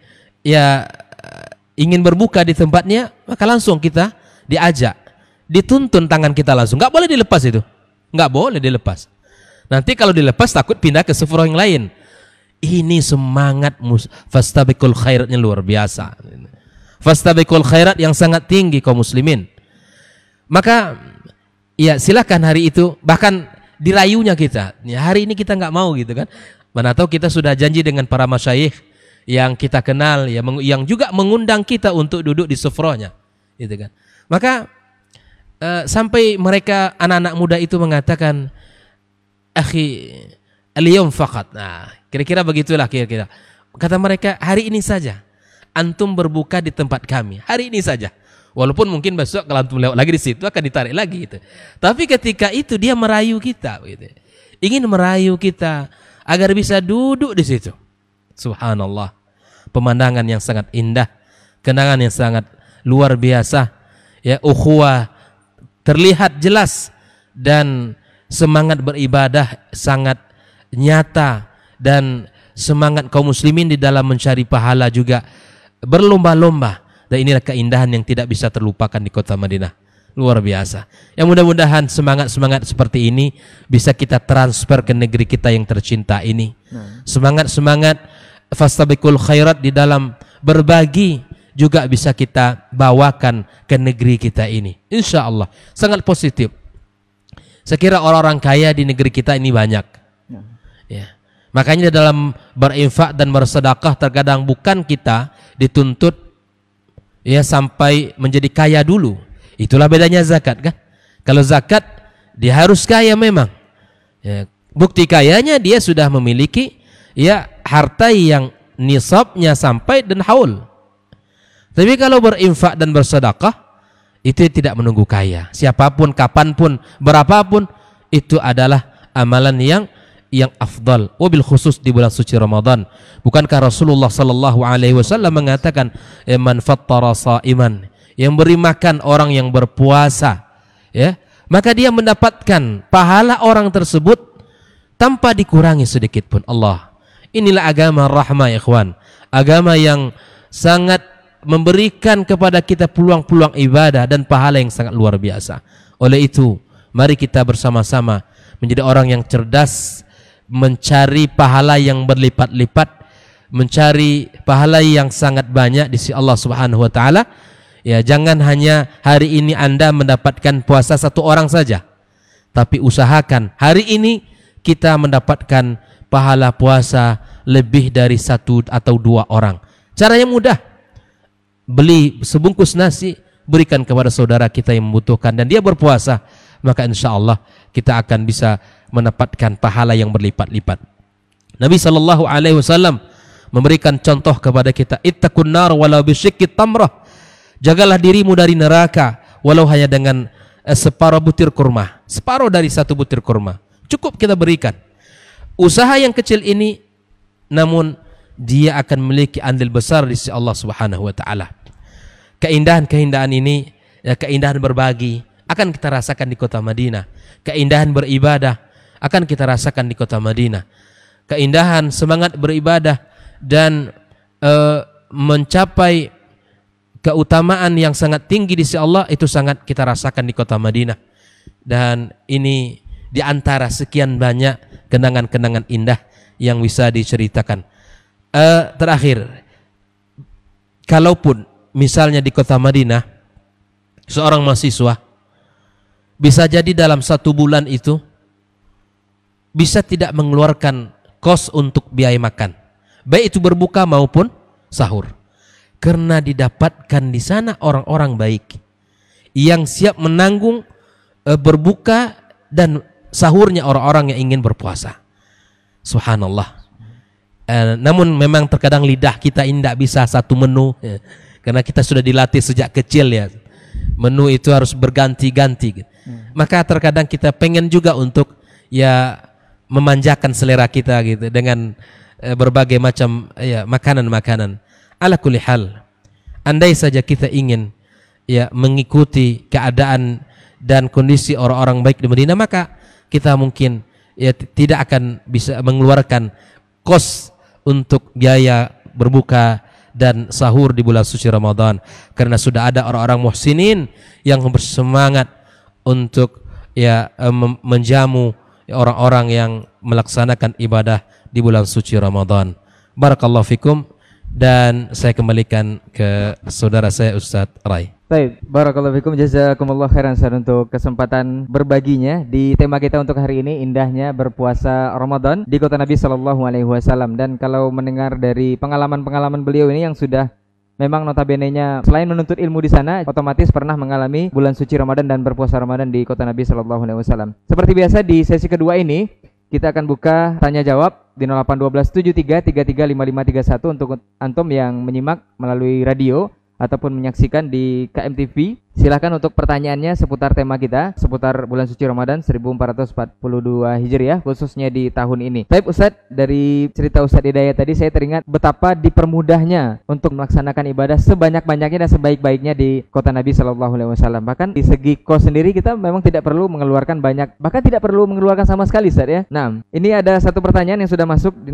berbuka di tempatnya, maka langsung kita diajak, dituntun tangan kita langsung. Nggak boleh dilepas itu, nggak boleh dilepas. Nanti kalau dilepas takut pindah ke sufroh yang lain. Ini semangat fastabiqul khairatnya luar biasa. Fastabiqul khairat yang sangat tinggi kaum muslimin. Maka ya silakan hari itu, bahkan dirayunya kita. Ya, hari ini kita nggak mau gitu kan. Mana tahu kita sudah janji dengan para masyayikh yang kita kenal ya, yang juga mengundang kita untuk duduk di sufrohnya, gitu kan. Maka sampai mereka anak-anak muda itu mengatakan, "Akhi, al-yawm faqat." Nah, kira-kira begitulah kira-kira. Kata mereka, hari ini saja antum berbuka di tempat kami. Hari ini saja. Walaupun mungkin besok kalau antum lewat lagi di situ akan ditarik lagi gitu. Tapi ketika itu dia merayu kita gitu. Ingin merayu kita agar bisa duduk di situ. Subhanallah. Pemandangan yang sangat indah, kenangan yang sangat luar biasa. Ya, ukhuwah terlihat jelas dan semangat beribadah sangat nyata dan semangat kaum muslimin di dalam mencari pahala juga berlomba-lomba. Dan inilah keindahan yang tidak bisa terlupakan di kota Madinah. Luar biasa. Yang mudah-mudahan semangat-semangat seperti ini bisa kita transfer ke negeri kita yang tercinta ini. Semangat-semangat fastabiqul khairat di dalam berbagi juga bisa kita bawakan ke negeri kita ini. Insya Allah sangat positif. Saya kira orang-orang kaya di negeri kita ini banyak. Ya. Makanya dalam berinfak dan bersedekah terkadang bukan kita dituntut ya sampai menjadi kaya dulu. Itulah bedanya zakat kan. Kalau zakat dia harus kaya memang. Ya, bukti kayanya dia sudah memiliki ya harta yang nisabnya sampai dan haul. Tapi kalau berinfak dan bersedekah itu tidak menunggu kaya. Siapapun, kapanpun, berapapun itu adalah amalan yang afdal. Wabil khusus di bulan suci Ramadan. Bukankah Rasulullah sallallahu alaihi wasallam mengatakan, "Man fattara sha'iman," yang beri makan orang yang berpuasa, ya, maka dia mendapatkan pahala orang tersebut tanpa dikurangi sedikit pun. Allah, inilah agama rahmah ya ikhwan, agama yang sangat memberikan kepada kita peluang-peluang ibadah dan pahala yang sangat luar biasa. Oleh itu, mari kita bersama-sama menjadi orang yang cerdas, mencari pahala yang berlipat-lipat, mencari pahala yang sangat banyak di sisi Allah Subhanahu wa taala. Ya, jangan hanya hari ini Anda mendapatkan puasa satu orang saja, tapi usahakan hari ini kita mendapatkan pahala puasa lebih dari 1 atau 2 orang. Caranya mudah. Beli sebungkus nasi, berikan kepada saudara kita yang membutuhkan dan dia berpuasa, maka insya Allah kita akan bisa mendapatkan pahala yang berlipat-lipat. Nabi SAW memberikan contoh kepada kita, ittaqun nar walau bisyikki tamrah. Jagalah dirimu dari neraka walau hanya dengan separuh butir kurma, separuh dari 1 butir kurma. Cukup kita berikan. Usaha yang kecil ini, namun dia akan memiliki andil besar di sisi Allah Subhanahu wa taala. Keindahan-keindahan ini, ya, keindahan berbagi akan kita rasakan di kota Madinah. Keindahan beribadah akan kita rasakan di kota Madinah. Keindahan semangat beribadah dan mencapai keutamaan yang sangat tinggi di sisi Allah itu sangat kita rasakan di kota Madinah. Dan ini di antara sekian banyak kenangan-kenangan indah yang bisa diceritakan. Terakhir, kalaupun misalnya di kota Madinah seorang mahasiswa bisa jadi dalam 1 bulan itu bisa tidak mengeluarkan kos untuk biaya makan, baik itu berbuka maupun sahur, karena didapatkan di sana orang-orang baik yang siap menanggung berbuka dan sahurnya orang-orang yang ingin berpuasa. Subhanallah. Namun memang terkadang lidah kita ini tidak bisa satu menu, ya, karena kita sudah dilatih sejak kecil, ya, menu itu harus berganti-ganti. Maka terkadang kita pengen juga untuk, ya, memanjakan selera kita gitu dengan berbagai macam, ya, makanan-makanan. Ala kulli hal, andai saja kita ingin, ya, mengikuti keadaan dan kondisi orang-orang baik di Madinah, maka kita mungkin, ya, tidak akan bisa mengeluarkan kos untuk biaya berbuka dan sahur di bulan suci Ramadan, karena sudah ada orang-orang muhsinin yang bersemangat untuk, ya, menjamu orang-orang yang melaksanakan ibadah di bulan suci Ramadan. Barakallahu fikum, dan saya kembalikan ke saudara saya Ustadz Rai. Baik, barakallahu fikum, jazakumullah khairan Ustaz untuk kesempatan berbaginya di tema kita untuk hari ini, indahnya berpuasa Ramadan di kota Nabi sallallahu alaihi wasallam. Dan kalau mendengar dari pengalaman-pengalaman beliau ini yang sudah memang notabene-nya selain menuntut ilmu di sana, otomatis pernah mengalami bulan suci Ramadan dan berpuasa Ramadan di kota Nabi sallallahu alaihi wasallam. Seperti biasa di sesi kedua ini kita akan buka tanya jawab di 081273335531 untuk antum yang menyimak melalui radio ataupun menyaksikan di KMTV. Silahkan untuk pertanyaannya seputar tema kita, seputar bulan suci Ramadan 1442 Hijriah, khususnya di tahun ini. Baik Ustadz, dari cerita Ustadz Hidayat tadi saya teringat betapa dipermudahnya untuk melaksanakan ibadah sebanyak-banyaknya dan sebaik-baiknya di kota Nabi Sallallahu Alaihi Wasallam. Bahkan di segi kos sendiri kita memang tidak perlu mengeluarkan banyak, bahkan tidak perlu mengeluarkan sama sekali Ustadz, ya. Nah, ini ada satu pertanyaan yang sudah masuk di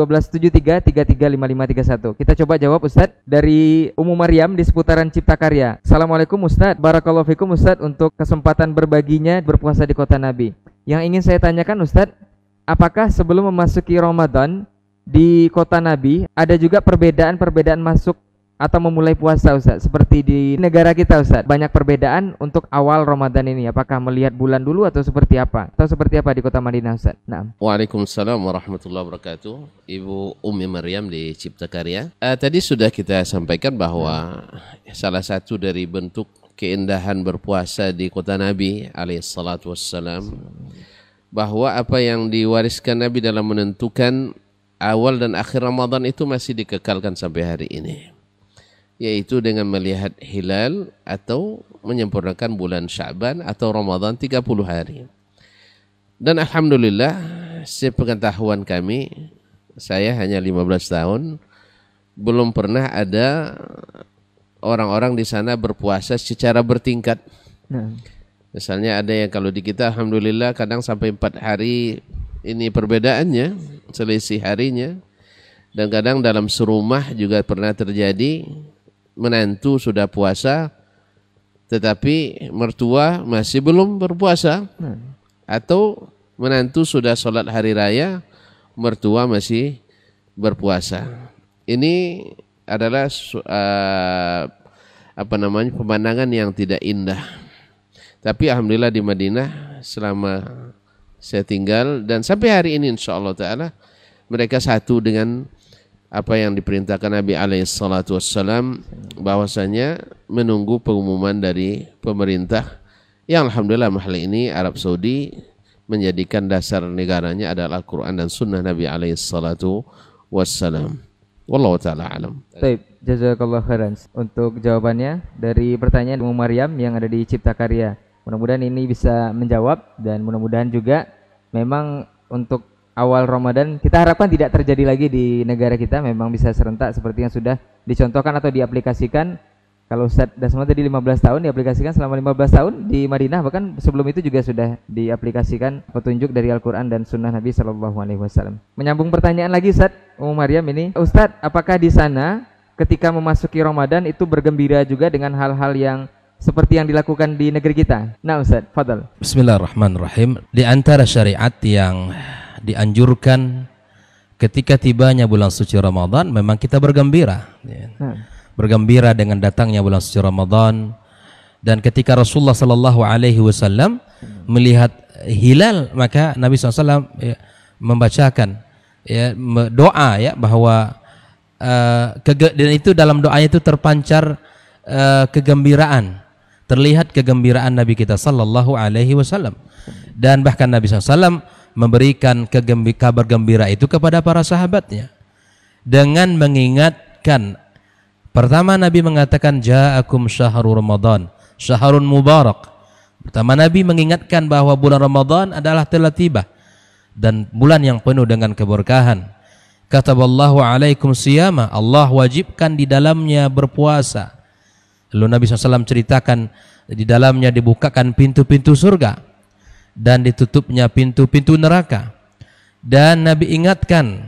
081273335531. Kita coba jawab Ustadz, dari Ummu Maryam di seputaran Cipta Karya. Assalamualaikum Ustadz, barakallahu fikum Ustadz untuk kesempatan berbaginya berpuasa di kota Nabi. Yang ingin saya tanyakan Ustadz, apakah sebelum memasuki Ramadan di kota Nabi ada juga perbedaan-perbedaan masuk atau memulai puasa Ustadz, seperti di negara kita Ustadz? Banyak perbedaan untuk awal Ramadan ini, apakah melihat bulan dulu atau seperti apa? Atau seperti apa di kota Madinah Ustadz? Nah. Waalaikumsalam warahmatullahi wabarakatuh. Ibu Ummi Maryam di Cipta Karya. Tadi sudah kita sampaikan bahwa salah satu dari bentuk keindahan berpuasa di kota Nabi alaihissalatu wassalam, bahwa apa yang diwariskan Nabi dalam menentukan awal dan akhir Ramadan itu masih dikekalkan sampai hari ini, yaitu dengan melihat hilal atau menyempurnakan bulan Sya'ban atau Ramadan 30 hari. Dan alhamdulillah, sepengetahuan kami, saya hanya 15 tahun, belum pernah ada orang-orang di sana berpuasa secara bertingkat. Misalnya ada yang kalau di kita alhamdulillah kadang sampai 4 hari ini perbedaannya, selisih harinya. Dan kadang dalam serumah juga pernah terjadi, menantu sudah puasa tetapi mertua masih belum berpuasa, atau menantu sudah sholat hari raya, mertua masih berpuasa. Ini adalah pemandangan yang tidak indah. Tapi alhamdulillah di Madinah selama saya tinggal dan sampai hari ini insyaallah taala mereka satu dengan apa yang diperintahkan Nabi alaihissalatu wassalam, bahwasanya menunggu pengumuman dari pemerintah yang alhamdulillah hal ini Arab Saudi menjadikan dasar negaranya adalah Al-Quran dan Sunnah Nabi alaihissalatu wassalam. Wallahu ta'ala alam. Baik, jazakallah khairan untuk jawabannya dari pertanyaan Ummu Maryam yang ada di Cipta Karya. Mudah-mudahan ini bisa menjawab, dan mudah-mudahan juga memang untuk awal Ramadan kita harapkan tidak terjadi lagi di negara kita, memang bisa serentak seperti yang sudah dicontohkan atau diaplikasikan. Kalau Ustaz Dasma tadi 15 tahun diaplikasikan selama 15 tahun di Madinah, bahkan sebelum itu juga sudah diaplikasikan petunjuk dari Al-Quran dan Sunnah Nabi SAW. Menyambung pertanyaan lagi Ustaz, Ummu Maryam ini, Ustaz, apakah di sana ketika memasuki Ramadan itu bergembira juga dengan hal-hal yang seperti yang dilakukan di negeri kita? Nah Ustaz, fadal. Bismillahirrahmanirrahim. Di antara syariat yang dianjurkan ketika tibanya bulan suci Ramadan, memang kita bergembira. Bergembira dengan datangnya bulan suci Ramadan. Dan ketika Rasulullah sallallahu alaihi wasallam melihat hilal, maka Nabi SAW membacakan doa bahwa dan itu dalam doanya itu terpancar kegembiraan. Terlihat kegembiraan Nabi kita sallallahu alaihi wasallam. Dan bahkan Nabi SAW memberikan kabar gembira itu kepada para sahabatnya dengan mengingatkan. Pertama Nabi mengatakan ja'akum syahrul Ramadan, syahrun mubarak. Pertama Nabi mengingatkan bahwa bulan Ramadan adalah telah tiba dan bulan yang penuh dengan keberkahan. Kataballahu alaikum siyama, Allah wajibkan di dalamnya berpuasa. Lalu Nabi SAW ceritakan di dalamnya dibukakan pintu-pintu surga dan ditutupnya pintu-pintu neraka. Dan Nabi ingatkan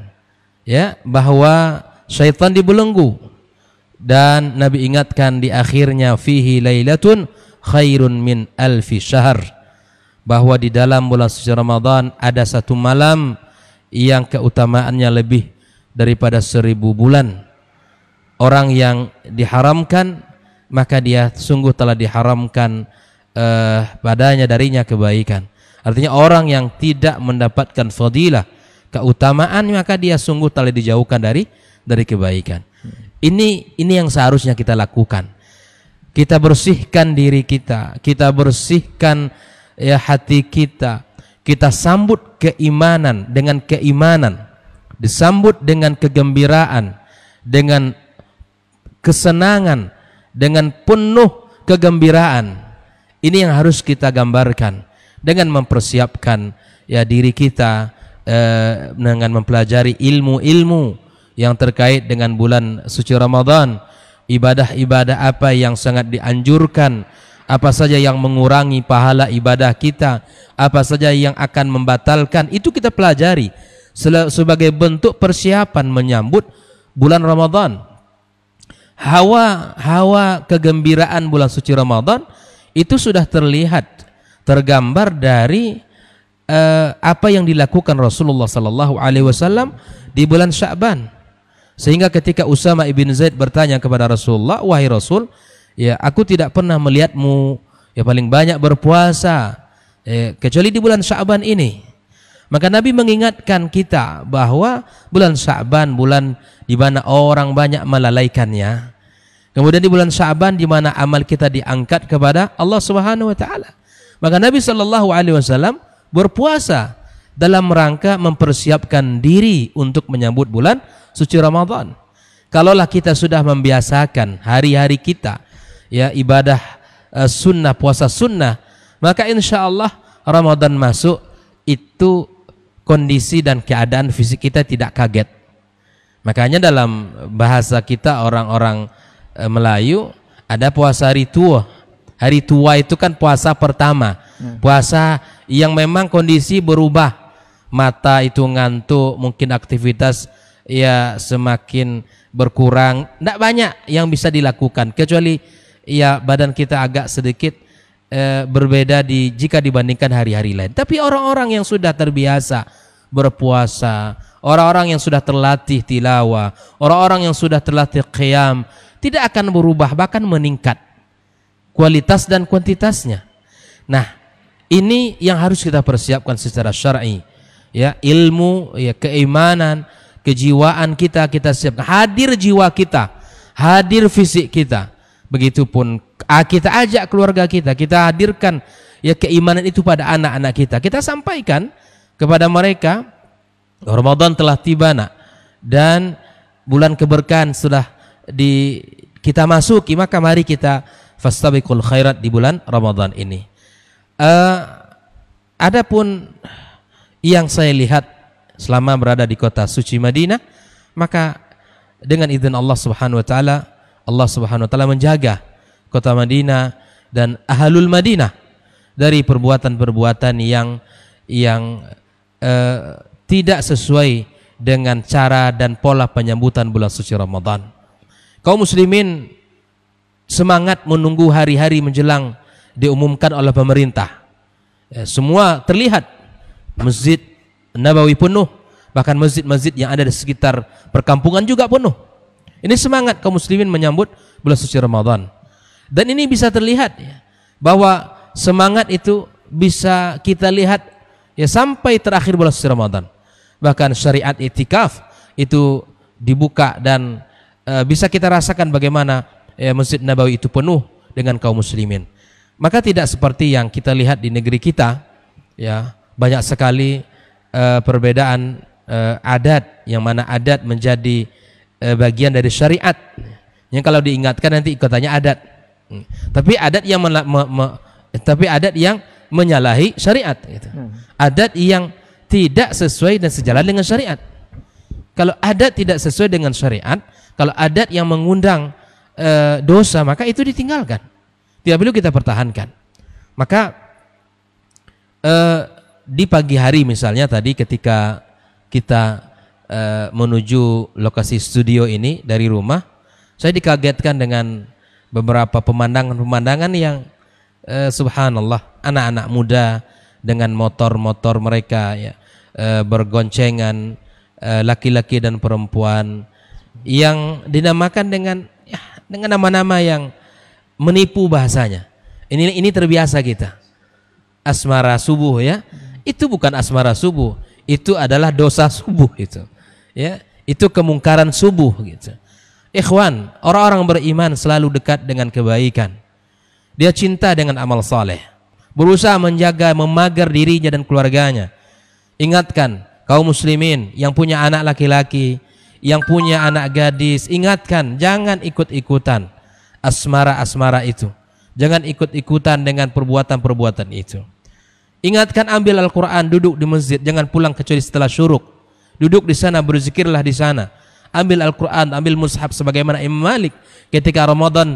bahwa syaitan dibelenggu. Dan Nabi ingatkan di akhirnya fihi lailatun khairun min alfi syahr, bahwa di dalam bulan suci Ramadan ada satu malam yang keutamaannya lebih daripada 1000 bulan. Orang yang diharamkan, maka dia sungguh telah diharamkan padanya darinya kebaikan. Artinya orang yang tidak mendapatkan fadilah, keutamaan, maka dia sungguh telah dijauhkan dari kebaikan. Ini yang seharusnya kita lakukan. Kita bersihkan diri kita, kita bersihkan hati kita. Kita sambut keimanan dengan keimanan, disambut dengan kegembiraan, dengan kesenangan, dengan penuh kegembiraan. Ini yang harus kita gambarkan dengan mempersiapkan diri kita dengan mempelajari ilmu-ilmu yang terkait dengan bulan suci Ramadan. Ibadah-ibadah apa yang sangat dianjurkan, apa saja yang mengurangi pahala ibadah kita, apa saja yang akan membatalkan, itu kita pelajari sebagai bentuk persiapan menyambut bulan Ramadan. Hawa kegembiraan bulan suci Ramadan itu sudah tergambar dari apa yang dilakukan Rasulullah sallallahu alaihi wasallam di bulan Sya'ban. Sehingga ketika Usama ibn Zaid bertanya kepada Rasulullah, wahai Rasul, aku tidak pernah melihatmu paling banyak berpuasa kecuali di bulan Sya'ban ini. Maka Nabi mengingatkan kita bahwa bulan Sya'ban, bulan di mana orang banyak melalaikannya. Kemudian di bulan Sya'ban di mana amal kita diangkat kepada Allah Subhanahu wa taala. Maka Nabi sallallahu alaihi wasallam berpuasa dalam rangka mempersiapkan diri untuk menyambut bulan suci Ramadan. Kalaulah kita sudah membiasakan hari-hari kita ibadah sunnah, puasa sunnah, maka insya Allah Ramadan masuk itu kondisi dan keadaan fisik kita tidak kaget. Makanya dalam bahasa kita orang-orang Melayu ada puasa hari tua. Hari tua itu kan puasa pertama, puasa yang memang kondisi berubah. Mata itu ngantuk, mungkin aktivitas semakin berkurang, tidak banyak yang bisa dilakukan kecuali badan kita agak sedikit berbeda jika dibandingkan hari-hari lain. Tapi orang-orang yang sudah terbiasa berpuasa, orang-orang yang sudah terlatih tilawah, orang-orang yang sudah terlatih qiyam, tidak akan berubah, bahkan meningkat kualitas dan kuantitasnya. Nah, ini yang harus kita persiapkan secara syar'i. ya ilmu, ya keimanan, kejiwaan kita siapkan. Hadir jiwa kita, hadir fisik kita. Begitupun kita ajak keluarga kita hadirkan ya keimanan itu pada anak-anak kita. Kita sampaikan kepada mereka, Ramadan telah tiba nak, dan bulan keberkahan sudah kita masuki, maka mari kita fastabiqul khairat di bulan Ramadan ini. Adapun yang saya lihat selama berada di kota suci Madinah, maka dengan izin Allah Subhanahu wa taala menjaga kota Madinah dan ahlul Madinah dari perbuatan-perbuatan yang tidak sesuai dengan cara dan pola penyambutan bulan suci Ramadan. Kaum muslimin semangat menunggu hari-hari menjelang diumumkan oleh pemerintah. Semua terlihat Masjid Nabawi penuh, bahkan masjid-masjid yang ada di sekitar perkampungan juga penuh. Ini semangat kaum muslimin menyambut bulan suci Ramadan. Dan ini bisa terlihat ya, bahwa semangat itu bisa kita lihat ya sampai terakhir bulan suci Ramadan. Bahkan syariat i'tikaf itu dibuka dan bisa kita rasakan bagaimana Masjid Nabawi itu penuh dengan kaum muslimin. Maka tidak seperti yang kita lihat di negeri kita, ya banyak sekali perbedaan adat, yang mana adat menjadi bagian dari syariat. Yang kalau diingatkan nanti ikutannya adat. Tapi adat yang menyalahi syariat. Gitu. Adat yang tidak sesuai dan sejalan dengan syariat. Kalau adat tidak sesuai dengan syariat, kalau adat yang mengundang dosa, maka itu ditinggalkan. Tidak perlu kita pertahankan. Maka di pagi hari misalnya tadi ketika kita menuju lokasi studio ini dari rumah, saya dikagetkan dengan beberapa pemandangan-pemandangan yang subhanallah, anak-anak muda dengan motor-motor mereka ya, bergoncengan, laki-laki dan perempuan yang dinamakan dengan nama-nama yang menipu bahasanya. Ini terbiasa kita. Asmara subuh ya. Itu bukan asmara subuh, itu adalah dosa subuh itu. Ya, itu kemungkaran subuh gitu. Ikhwan, orang-orang beriman selalu dekat dengan kebaikan. Dia cinta dengan amal saleh, berusaha menjaga, memagar dirinya dan keluarganya. Ingatkan kaum muslimin yang punya anak laki-laki, yang punya anak gadis, ingatkan jangan ikut-ikutan asmara-asmara itu. Jangan ikut-ikutan dengan perbuatan-perbuatan itu. Ingatkan, ambil Al-Quran, duduk di masjid, jangan pulang kecuali setelah syuruk. Duduk di sana, berzikirlah di sana. Ambil Al-Quran, ambil mushaf sebagaimana Imam Malik ketika Ramadan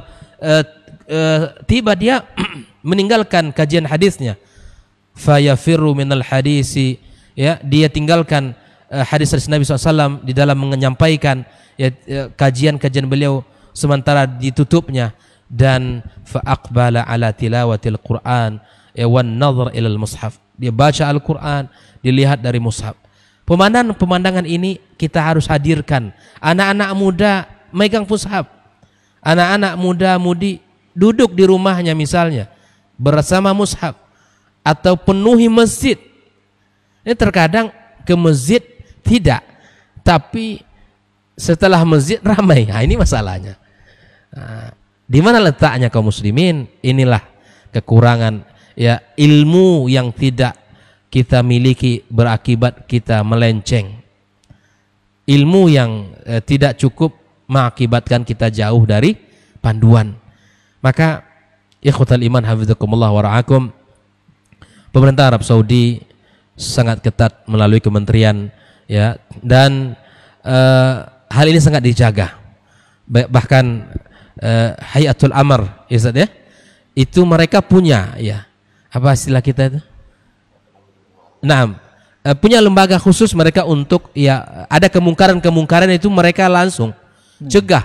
tiba dia meninggalkan kajian hadisnya. Fayafirru minal hadisi, ya, dia tinggalkan hadis-hadis Nabi SAW di dalam menyampaikan ya, kajian-kajian beliau, sementara ditutupnya. Dan fa'aqbala ala tilawatil Quran wan nazar ilal mushaf, dia baca Al-Quran, dilihat dari mushaf. Pemandangan ini kita harus hadirkan. Anak-anak muda megang mushaf, anak-anak muda-mudi duduk di rumahnya misalnya bersama mushaf, atau penuhi masjid. Ini terkadang ke masjid tidak, tapi setelah masjid ramai. Nah, ini masalahnya. Nah, di mana letaknya kaum muslimin? Inilah kekurangan ya, ilmu yang tidak kita miliki berakibat kita melenceng. Ilmu yang tidak cukup mengakibatkan kita jauh dari panduan. Maka ikhwatal iman hafizakumullah wa ra'akum, pemerintah Arab Saudi sangat ketat melalui kementerian ya, dan hal ini sangat dijaga. Bahkan Hayatul Amr ya, itu mereka punya ya, apa istilah kita itu? Nah, punya lembaga khusus mereka untuk ya, ada kemungkaran itu mereka langsung cegah.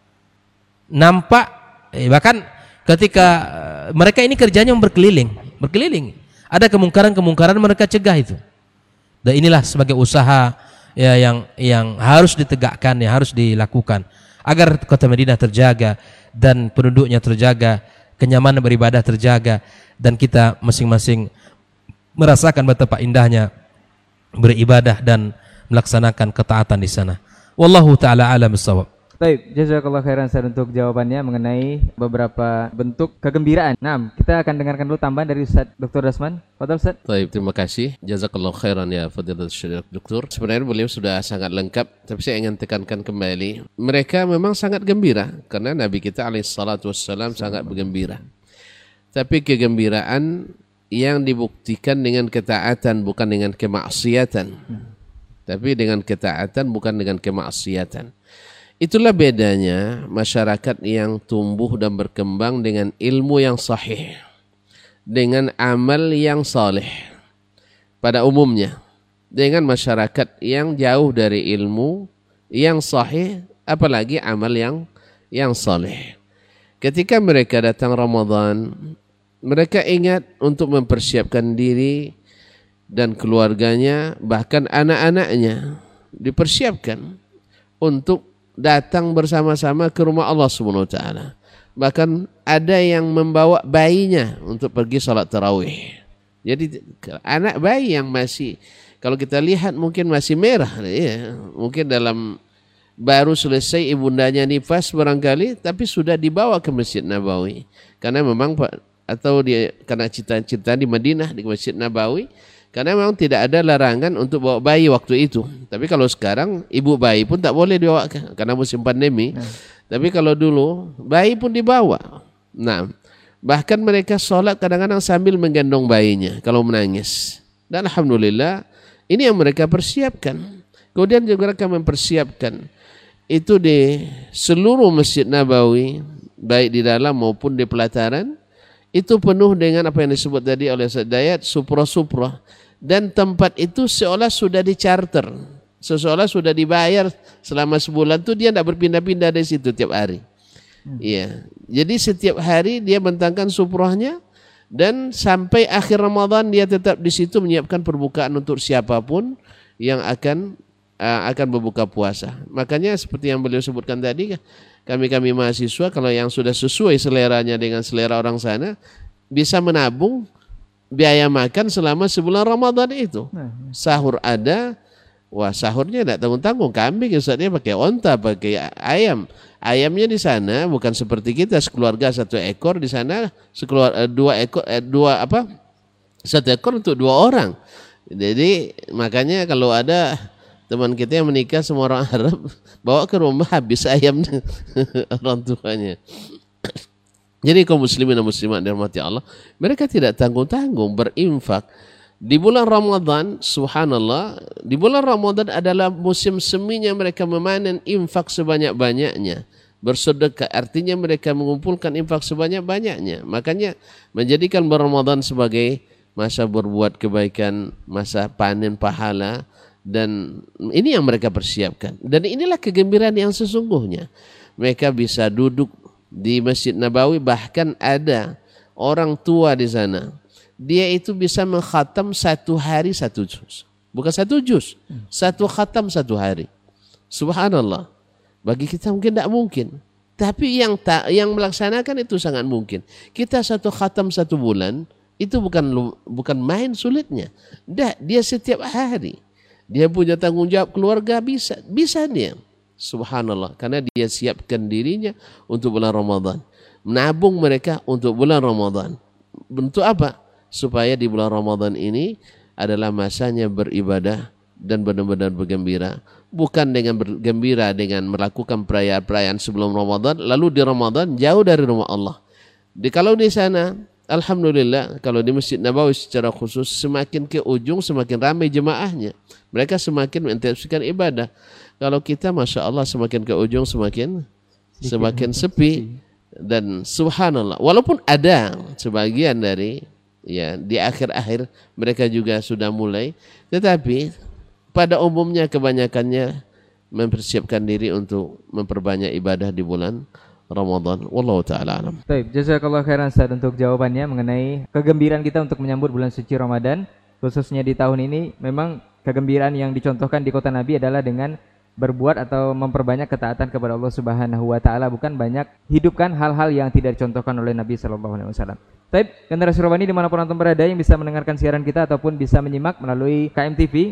Nampak bahkan ketika mereka ini kerjanya berkeliling. Ada kemungkaran mereka cegah itu. Dan inilah sebagai usaha ya yang harus ditegakkan, yang harus dilakukan agar kota Madinah terjaga dan penduduknya terjaga, kenyamanan beribadah terjaga, dan kita masing-masing merasakan betapa indahnya beribadah dan melaksanakan ketaatan di sana. Wallahu taala alam bissawab. Baik, jazakallah khairan Ustaz untuk jawabannya mengenai beberapa bentuk kegembiraan. Nah, kita akan dengarkan dulu tambahan dari Ustaz Dr. Dasman. Fadhal Ustaz. Baik, terima kasih. Jazakallah khairan ya Fadilatul Syekh Doktor. Sebenarnya beliau sudah sangat lengkap, tapi saya ingin tekankan kembali. Mereka memang sangat gembira karena Nabi kita alaihi salatu wassalam sangat bergembira. Tapi kegembiraan yang dibuktikan dengan ketaatan bukan dengan kemaksiatan. Tapi dengan ketaatan bukan dengan kemaksiatan. Itulah bedanya masyarakat yang tumbuh dan berkembang dengan ilmu yang sahih, dengan amal yang saleh pada umumnya, dengan masyarakat yang jauh dari ilmu yang sahih, apalagi amal yang saleh. Ketika mereka datang Ramadan, mereka ingat untuk mempersiapkan diri dan keluarganya, bahkan anak-anaknya dipersiapkan untuk datang bersama-sama ke rumah Allah Subhanahu wa taala. Bahkan ada yang membawa bayinya untuk pergi salat tarawih. Jadi anak bayi yang masih, kalau kita lihat mungkin masih merah ya, mungkin dalam baru selesai ibundanya nifas barangkali, tapi sudah dibawa ke Masjid Nabawi. Karena memang karena cita-cita di Madinah di Masjid Nabawi, karena memang tidak ada larangan untuk bawa bayi waktu itu. Tapi kalau sekarang ibu bayi pun tak boleh dibawa karena musim pandemi. Tapi kalau dulu bayi pun dibawa. Nah, bahkan mereka sholat kadang-kadang sambil menggendong bayinya kalau menangis. Dan alhamdulillah ini yang mereka persiapkan. Kemudian juga mereka mempersiapkan itu di seluruh Masjid Nabawi, baik di dalam maupun di pelataran. Itu penuh dengan apa yang disebut tadi oleh Ustaz Dayat, supra-supra. Dan tempat itu seolah sudah dicharter, seolah sudah dibayar selama sebulan tuh dia tidak berpindah-pindah dari situ tiap hari. Iya, jadi setiap hari dia bentangkan suprahnya dan sampai akhir Ramadan dia tetap di situ menyiapkan perbukaan untuk siapapun yang akan berbuka puasa. Makanya seperti yang beliau sebutkan tadi, kami mahasiswa kalau yang sudah sesuai seleranya dengan selera orang sana bisa menabung biaya makan selama sebulan Ramadan itu. Sahur ada, wah sahurnya tidak tanggung-tanggung, kambing Ustaznya pakai onta, pakai ayam. Ayamnya di sana bukan seperti kita sekeluarga 1 ekor, di sana satu ekor untuk 2 orang. Jadi makanya kalau ada teman kita yang menikah semua orang Arab, bawa ke rumah habis ayamnya orang tuanya. Jadi kaum muslimin dan muslimat dirahmati Allah, mereka tidak tanggung-tanggung berinfak. Di bulan Ramadan, subhanallah, di bulan Ramadan adalah musim seminya mereka memanen infak sebanyak-banyaknya. Bersedekah artinya mereka mengumpulkan infak sebanyak-banyaknya. Makanya menjadikan bulan Ramadan sebagai masa berbuat kebaikan, masa panen pahala, dan ini yang mereka persiapkan. Dan inilah kegembiraan yang sesungguhnya. Mereka bisa duduk di Masjid Nabawi, bahkan ada orang tua di sana. Dia itu bisa mengkhatam 1 hari 1 juz. Bukan 1 juz, 1 khatam 1 hari. Subhanallah. Bagi kita mungkin tidak mungkin. Tapi yang melaksanakan itu sangat mungkin. Kita 1 khatam 1 bulan, itu bukan main sulitnya. Dia setiap hari. Dia punya tanggung jawab keluarga, bisa dia. Subhanallah, karena dia siapkan dirinya untuk bulan Ramadan. Menabung mereka untuk bulan Ramadan. Bentuk apa? Supaya di bulan Ramadan ini adalah masanya beribadah dan benar-benar bergembira. Bukan dengan bergembira dengan melakukan perayaan-perayaan sebelum Ramadan, lalu di Ramadan jauh dari rumah Allah. Kalau di sana, alhamdulillah, kalau di Masjid Nabawi secara khusus, semakin ke ujung semakin ramai jemaahnya. Mereka semakin mengintensifkan ibadah. Kalau kita Masya Allah semakin ke ujung semakin sepi. Dan subhanallah, walaupun ada sebagian dari di akhir-akhir mereka juga sudah mulai, tetapi pada umumnya kebanyakannya mempersiapkan diri untuk memperbanyak ibadah di bulan Ramadan. Wallahu ta'ala alam. Baik, jazakallah khairan Ustaz untuk jawabannya mengenai kegembiraan kita untuk menyambut bulan suci Ramadan. Khususnya di tahun ini memang kegembiraan yang dicontohkan di kota Nabi adalah dengan berbuat atau memperbanyak ketaatan kepada Allah Subhanahu wa taala, bukan banyak hidupkan hal-hal yang tidak dicontohkan oleh Nabi sallallahu alaihi wasallam. Baik, generasi Robani dimanapun antum berada yang bisa mendengarkan siaran kita ataupun bisa menyimak melalui KMTV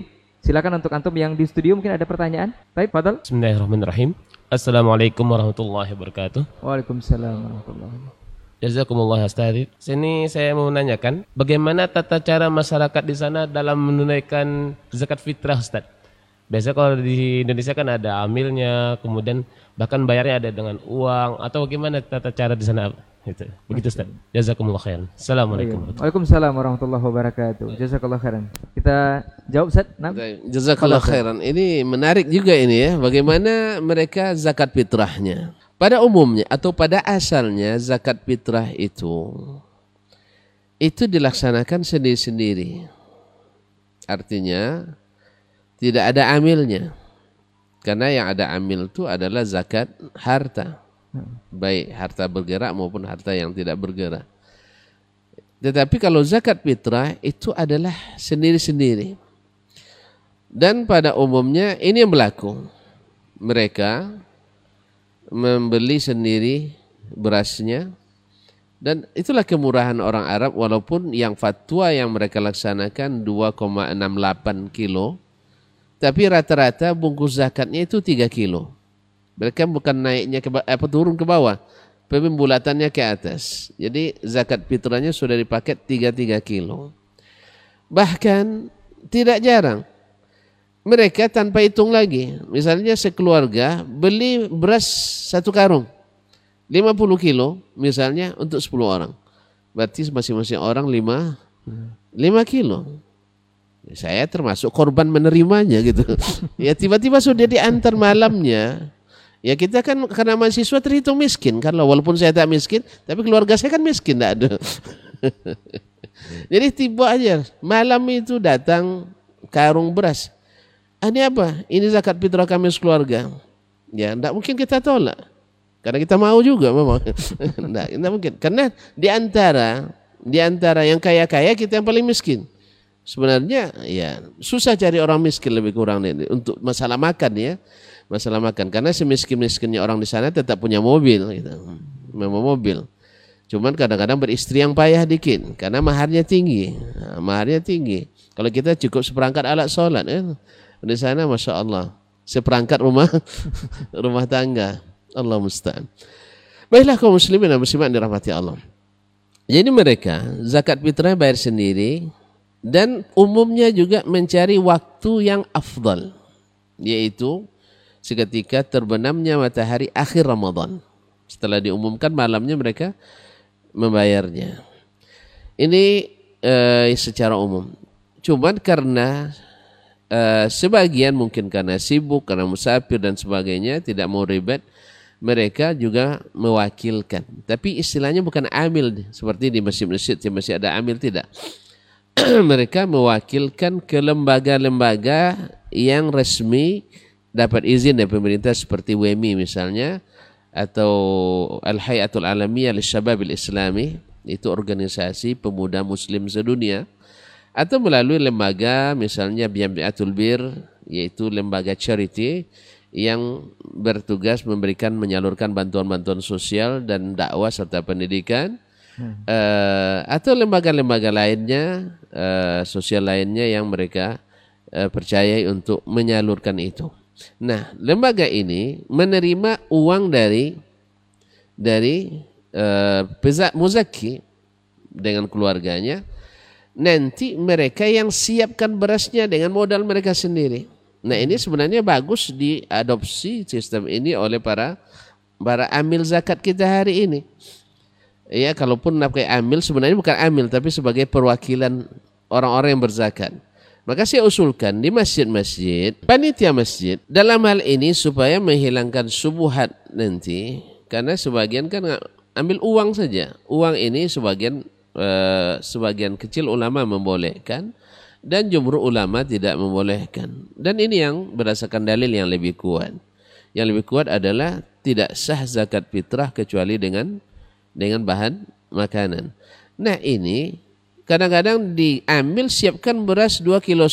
Silakan untuk antum yang di studio mungkin ada pertanyaan. Baik, fadhal. Bismillahirrahmanirrahim. Assalamualaikum warahmatullahi wabarakatuh. Waalaikumsalam warahmatullahi wabarakatuh. Jazakumullah Ustaz. Sini saya mau menanyakan, bagaimana tata cara masyarakat di sana dalam menunaikan zakat fitrah, Ustaz? Biasanya kalau di Indonesia kan ada amilnya, kemudian bahkan bayarnya ada dengan uang, atau bagaimana tata cara di sana? Gitu. Begitu Ustaz. Jazakumullah khairan. Assalamualaikum. Waalaikumsalam warahmatullahi wabarakatuh. Jazakallah khairan. Kita jawab, Ustaz. Nah. Jazakallah khairan. Ini menarik juga ini ya, bagaimana mereka zakat fitrahnya. Pada umumnya atau pada asalnya zakat fitrah itu dilaksanakan sendiri-sendiri. Artinya tidak ada amilnya. Karena yang ada amil itu adalah zakat harta. Baik harta bergerak maupun harta yang tidak bergerak. Tetapi kalau zakat fitrah itu adalah sendiri-sendiri. Dan pada umumnya ini yang berlaku. Mereka membeli sendiri berasnya. Dan itulah kemurahan orang Arab, walaupun yang fatwa yang mereka laksanakan 2,68 kilo. Tapi rata-rata bungkus zakatnya itu 3 kilo. Mereka bukan naiknya turun ke bawah, tapi bulatannya ke atas. Jadi zakat fitrahnya sudah dipakai 3 kilo. Bahkan tidak jarang mereka tanpa hitung lagi. Misalnya sekeluarga beli beras 1 karung 50 kilo misalnya untuk 10 orang. Berarti masing-masing orang 5 kilo. Saya termasuk korban menerimanya gitu. Ya tiba-tiba sudah diantar malamnya. Ya kita kan karena mahasiswa terhitung miskin kan, walaupun saya tak miskin, tapi keluarga saya kan miskin, tak ada. Jadi tiba aja malam itu datang karung beras. Ini apa? Ini zakat fitrah kami sekeluarga. Ya tidak mungkin kita tolak, karena kita mau juga memang. Tidak mungkin, karena di antara yang kaya-kaya kita yang paling miskin. Sebenarnya ya susah cari orang miskin lebih kurang ini untuk masalah makan ya, masalah makan, karena semiskin-miskinnya orang di sana tetap punya mobil gitu. Memang mobil. Cuman kadang-kadang beristri yang payah dikit karena maharnya tinggi. Maharnya tinggi. Kalau kita cukup seperangkat alat sholat di sana Masya Allah, seperangkat rumah tangga. Allah musta'an. Baiklah kaum muslimin dan muslimat dirahmati Allah. Jadi mereka zakat fitrah bayar sendiri. Dan umumnya juga mencari waktu yang afdal, yaitu seketika terbenamnya matahari akhir Ramadan. Setelah diumumkan malamnya mereka membayarnya. Ini secara umum. Cuman karena sebagian mungkin karena sibuk, karena musafir dan sebagainya, tidak mau ribet, mereka juga mewakilkan. Tapi istilahnya bukan amil seperti di masjid-masjid yang masih ada amil, tidak. Mereka mewakilkan ke lembaga-lembaga yang resmi dapat izin dari pemerintah seperti WMI misalnya, atau Al-Hayatul Alamiyah Lishababil Islami, itu organisasi pemuda muslim sedunia, atau melalui lembaga misalnya Jamiatul Bir, yaitu lembaga charity yang bertugas menyalurkan bantuan-bantuan sosial dan dakwah serta pendidikan. Atau lembaga-lembaga lainnya, sosial lainnya yang mereka percayai untuk menyalurkan itu. Nah, lembaga ini menerima uang dari muzaki dengan keluarganya. Nanti mereka yang siapkan berasnya dengan modal mereka sendiri. Nah, ini sebenarnya bagus diadopsi sistem ini oleh para amil zakat kita hari ini. Ya, kalaupun pakai amil sebenarnya bukan amil tapi sebagai perwakilan orang-orang yang berzakat. Maka saya usulkan di masjid-masjid, panitia masjid dalam hal ini supaya menghilangkan subuhat nanti, karena sebagian kan ambil uang saja. Uang ini sebagian kecil ulama membolehkan dan jumhur ulama tidak membolehkan. Dan ini yang berdasarkan dalil yang lebih kuat. Yang lebih kuat adalah tidak sah zakat fitrah kecuali dengan bahan makanan. Nah, ini kadang-kadang diambil siapkan beras 2,5 kilo,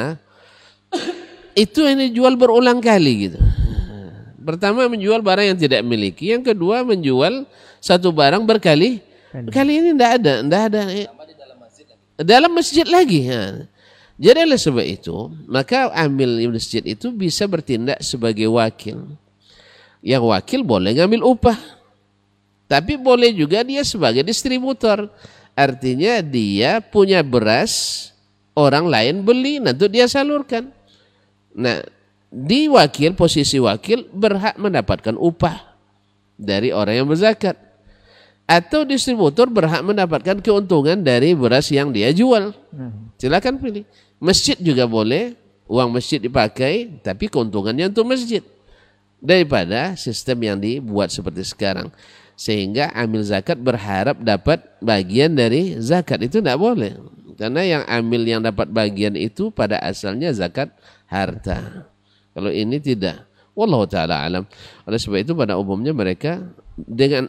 itu ini jual berulang kali gitu. Pertama menjual barang yang tidak miliki, yang kedua menjual satu barang berkali. Kali ini tidak ada dalam masjid lagi. Jadi oleh sebab itu, maka amil masjid itu bisa bertindak sebagai wakil. Yang wakil boleh ngambil upah, tapi boleh juga dia sebagai distributor. Artinya dia punya beras, orang lain beli, nanti dia salurkan. Nah, di wakil, posisi wakil berhak mendapatkan upah dari orang yang berzakat. Atau distributor berhak mendapatkan keuntungan dari beras yang dia jual. Silakan pilih. Masjid juga boleh, uang masjid dipakai, tapi keuntungannya untuk masjid. Daripada sistem yang dibuat seperti sekarang. Sehingga amil zakat berharap dapat bagian dari zakat, itu tidak boleh. Karena yang amil yang dapat bagian itu pada asalnya zakat harta. Kalau ini tidak. Wallahu ta'ala alam. Oleh sebab itu pada umumnya mereka dengan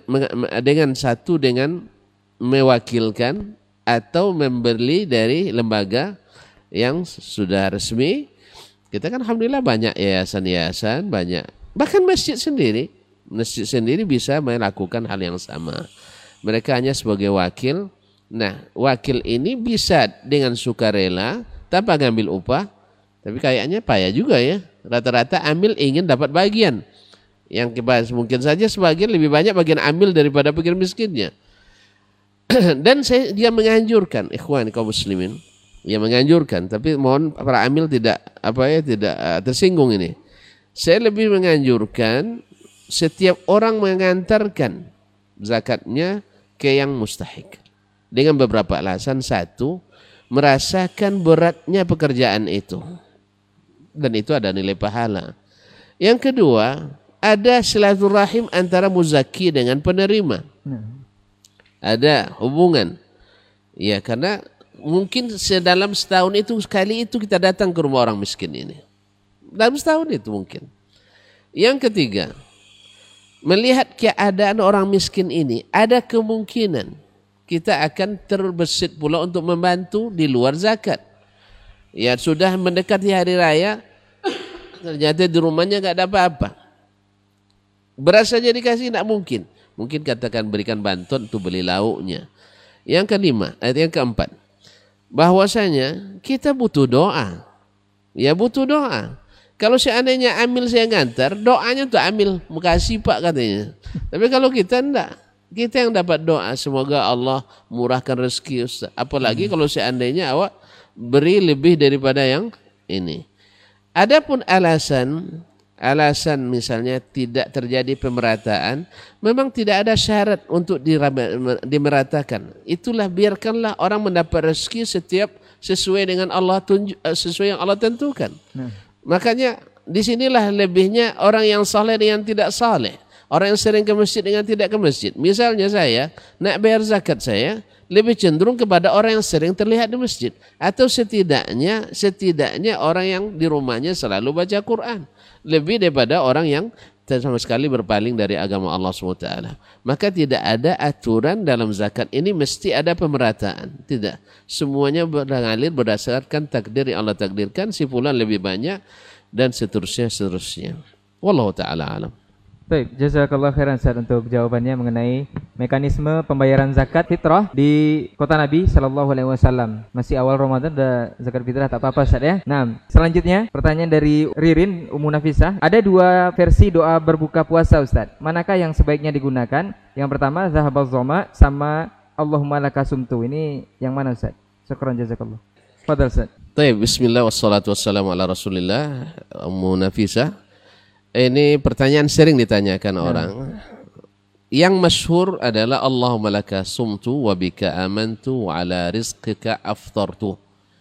mewakilkan atau membeli dari lembaga yang sudah resmi. Kita kan alhamdulillah banyak yayasan-yayasan, banyak. Bahkan masjid sendiri bisa melakukan hal yang sama. Mereka hanya sebagai wakil. Nah, wakil ini bisa dengan sukarela tanpa ngambil upah, tapi kayaknya payah juga ya. Rata-rata amil ingin dapat bagian. Yang mungkin saja sebagian lebih banyak bagian amil daripada fakir miskinnya. Dan dia menganjurkan ikhwan kaum muslimin, dia menganjurkan, tapi mohon para amil tidak tersinggung ini. Saya lebih menganjurkan setiap orang mengantarkan zakatnya ke yang mustahik dengan beberapa alasan. Satu, merasakan beratnya pekerjaan itu, dan itu ada nilai pahala. Yang kedua, ada silaturahim antara muzaki dengan penerima. Ada hubungan. Ya, karena mungkin dalam setahun itu sekali itu kita datang ke rumah orang miskin ini. Dalam setahun itu mungkin. Yang ketiga, melihat keadaan orang miskin ini, ada kemungkinan kita akan terbesit pula untuk membantu di luar zakat. Ya, sudah mendekati hari raya, ternyata di rumahnya nggak ada apa-apa. Beras saja dikasih tidak mungkin. Mungkin katakan berikan bantuan untuk beli lauknya. Yang keempat, bahwasanya kita butuh doa. Ya, butuh doa. Kalau seandainya amil saya ngantar, doanya tuh amil, makasih Pak katanya. Tapi kalau kita enggak, kita yang dapat doa, semoga Allah murahkan rezeki Ustaz. Apalagi kalau seandainya awak beri lebih daripada yang ini. Adapun alasan misalnya tidak terjadi pemerataan, memang tidak ada syarat untuk dimeratakan. Itulah, biarkanlah orang mendapat rezeki setiap sesuai dengan sesuai yang Allah tentukan. Makanya disinilah lebihnya orang yang saleh dengan tidak saleh, orang yang sering ke masjid dengan tidak ke masjid. Misalnya saya nak bayar zakat, saya lebih cenderung kepada orang yang sering terlihat di masjid, atau setidaknya orang yang di rumahnya selalu baca Quran, lebih daripada orang yang sama sekali berpaling dari agama Allah SWT. Maka tidak ada aturan dalam zakat ini mesti ada pemerataan. Tidak. Semuanya mengalir berdasarkan takdir yang Allah takdirkan, si fulan lebih banyak, dan seterusnya. Wallahu ta'ala alam. Baik, jazakallah khairan Ustaz untuk jawabannya mengenai mekanisme pembayaran zakat fitrah di kota Nabi SAW. Masih awal Ramadan ada zakat fitrah, tak apa-apa Ustaz ya. Nah, selanjutnya pertanyaan dari Ririn Ummu Nafisah. Ada dua versi doa berbuka puasa Ustaz. Manakah yang sebaiknya digunakan? Yang pertama zahabaz zoma sama Allahumma laka sumtu. Ini yang mana Ustaz? Syukran jazakallah. Fadhal Ustaz. Baik, bismillah wassalatu wassalamu ala Rasulillah. Ummu Nafisah. Ini pertanyaan sering ditanyakan orang. Yang masyhur adalah Allahumma laka sumtu wa bika amantu wa ala rizqika aftartu.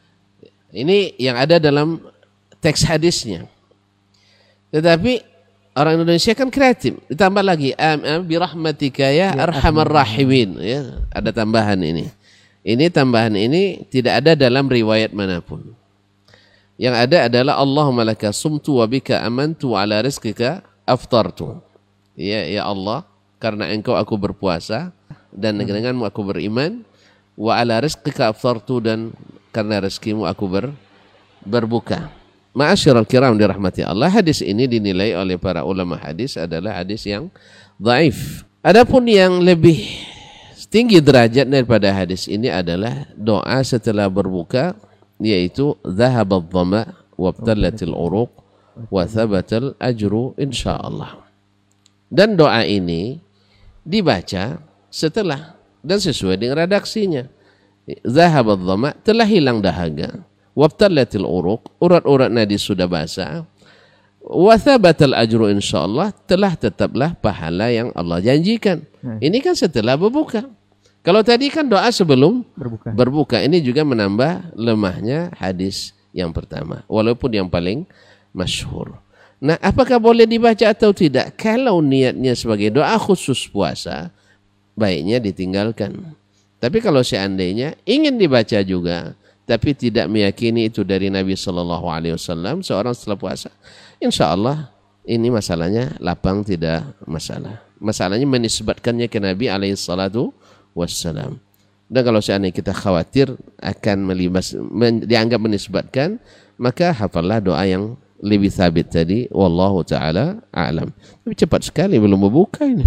Ini yang ada dalam teks hadisnya. Tetapi orang Indonesia kan kreatif. Ditambah lagi bi rahmatika ya arhamar rahimin, ya, ada tambahan ini. Tambahan ini tidak ada dalam riwayat manapun. Yang ada adalah Allahumma laka sumtu wa bika amantu ala rizqika aftartu. Ya Allah, karena engkau aku berpuasa dan denganmu aku beriman, wa ala rizqika aftartu, dan karena rezekimu aku berbuka. Ma'asyiral kiram dirahmati Allah, hadis ini dinilai oleh para ulama hadis adalah hadis yang dhaif. Adapun yang lebih tinggi derajat daripada hadis ini adalah doa setelah berbuka yaitu dhahabadh dhama wabtalatil uruq wa thabatal ajru insyaallah. Dan doa ini dibaca setelah dan sesuai dengan redaksinya. Dhahabadh dhama, telah hilang dahaga, wabtalatil uruq, urat-urat nadi sudah basah, wa thabatal ajru insyaallah, telah tetaplah pahala yang Allah janjikan. Ini kan setelah berbuka. Kalau tadi kan doa sebelum berbuka. Ini juga menambah lemahnya hadis yang pertama, walaupun yang paling masyhur. Nah, apakah boleh dibaca atau tidak? Kalau niatnya sebagai doa khusus puasa, baiknya ditinggalkan. Tapi kalau seandainya ingin dibaca juga, tapi tidak meyakini itu dari Nabi Shallallahu Alaihi Wasallam seorang setelah puasa, insya Allah ini masalahnya lapang, tidak masalah. Masalahnya menisbatkannya ke Nabi Alaihi Wasallam. Dan kalau seandainya kita khawatir akan dianggap menisbatkan, maka hafallah doa yang lebih sabit tadi, wallahu taala a'lam. Tapi cepat sekali belum berbuka ini.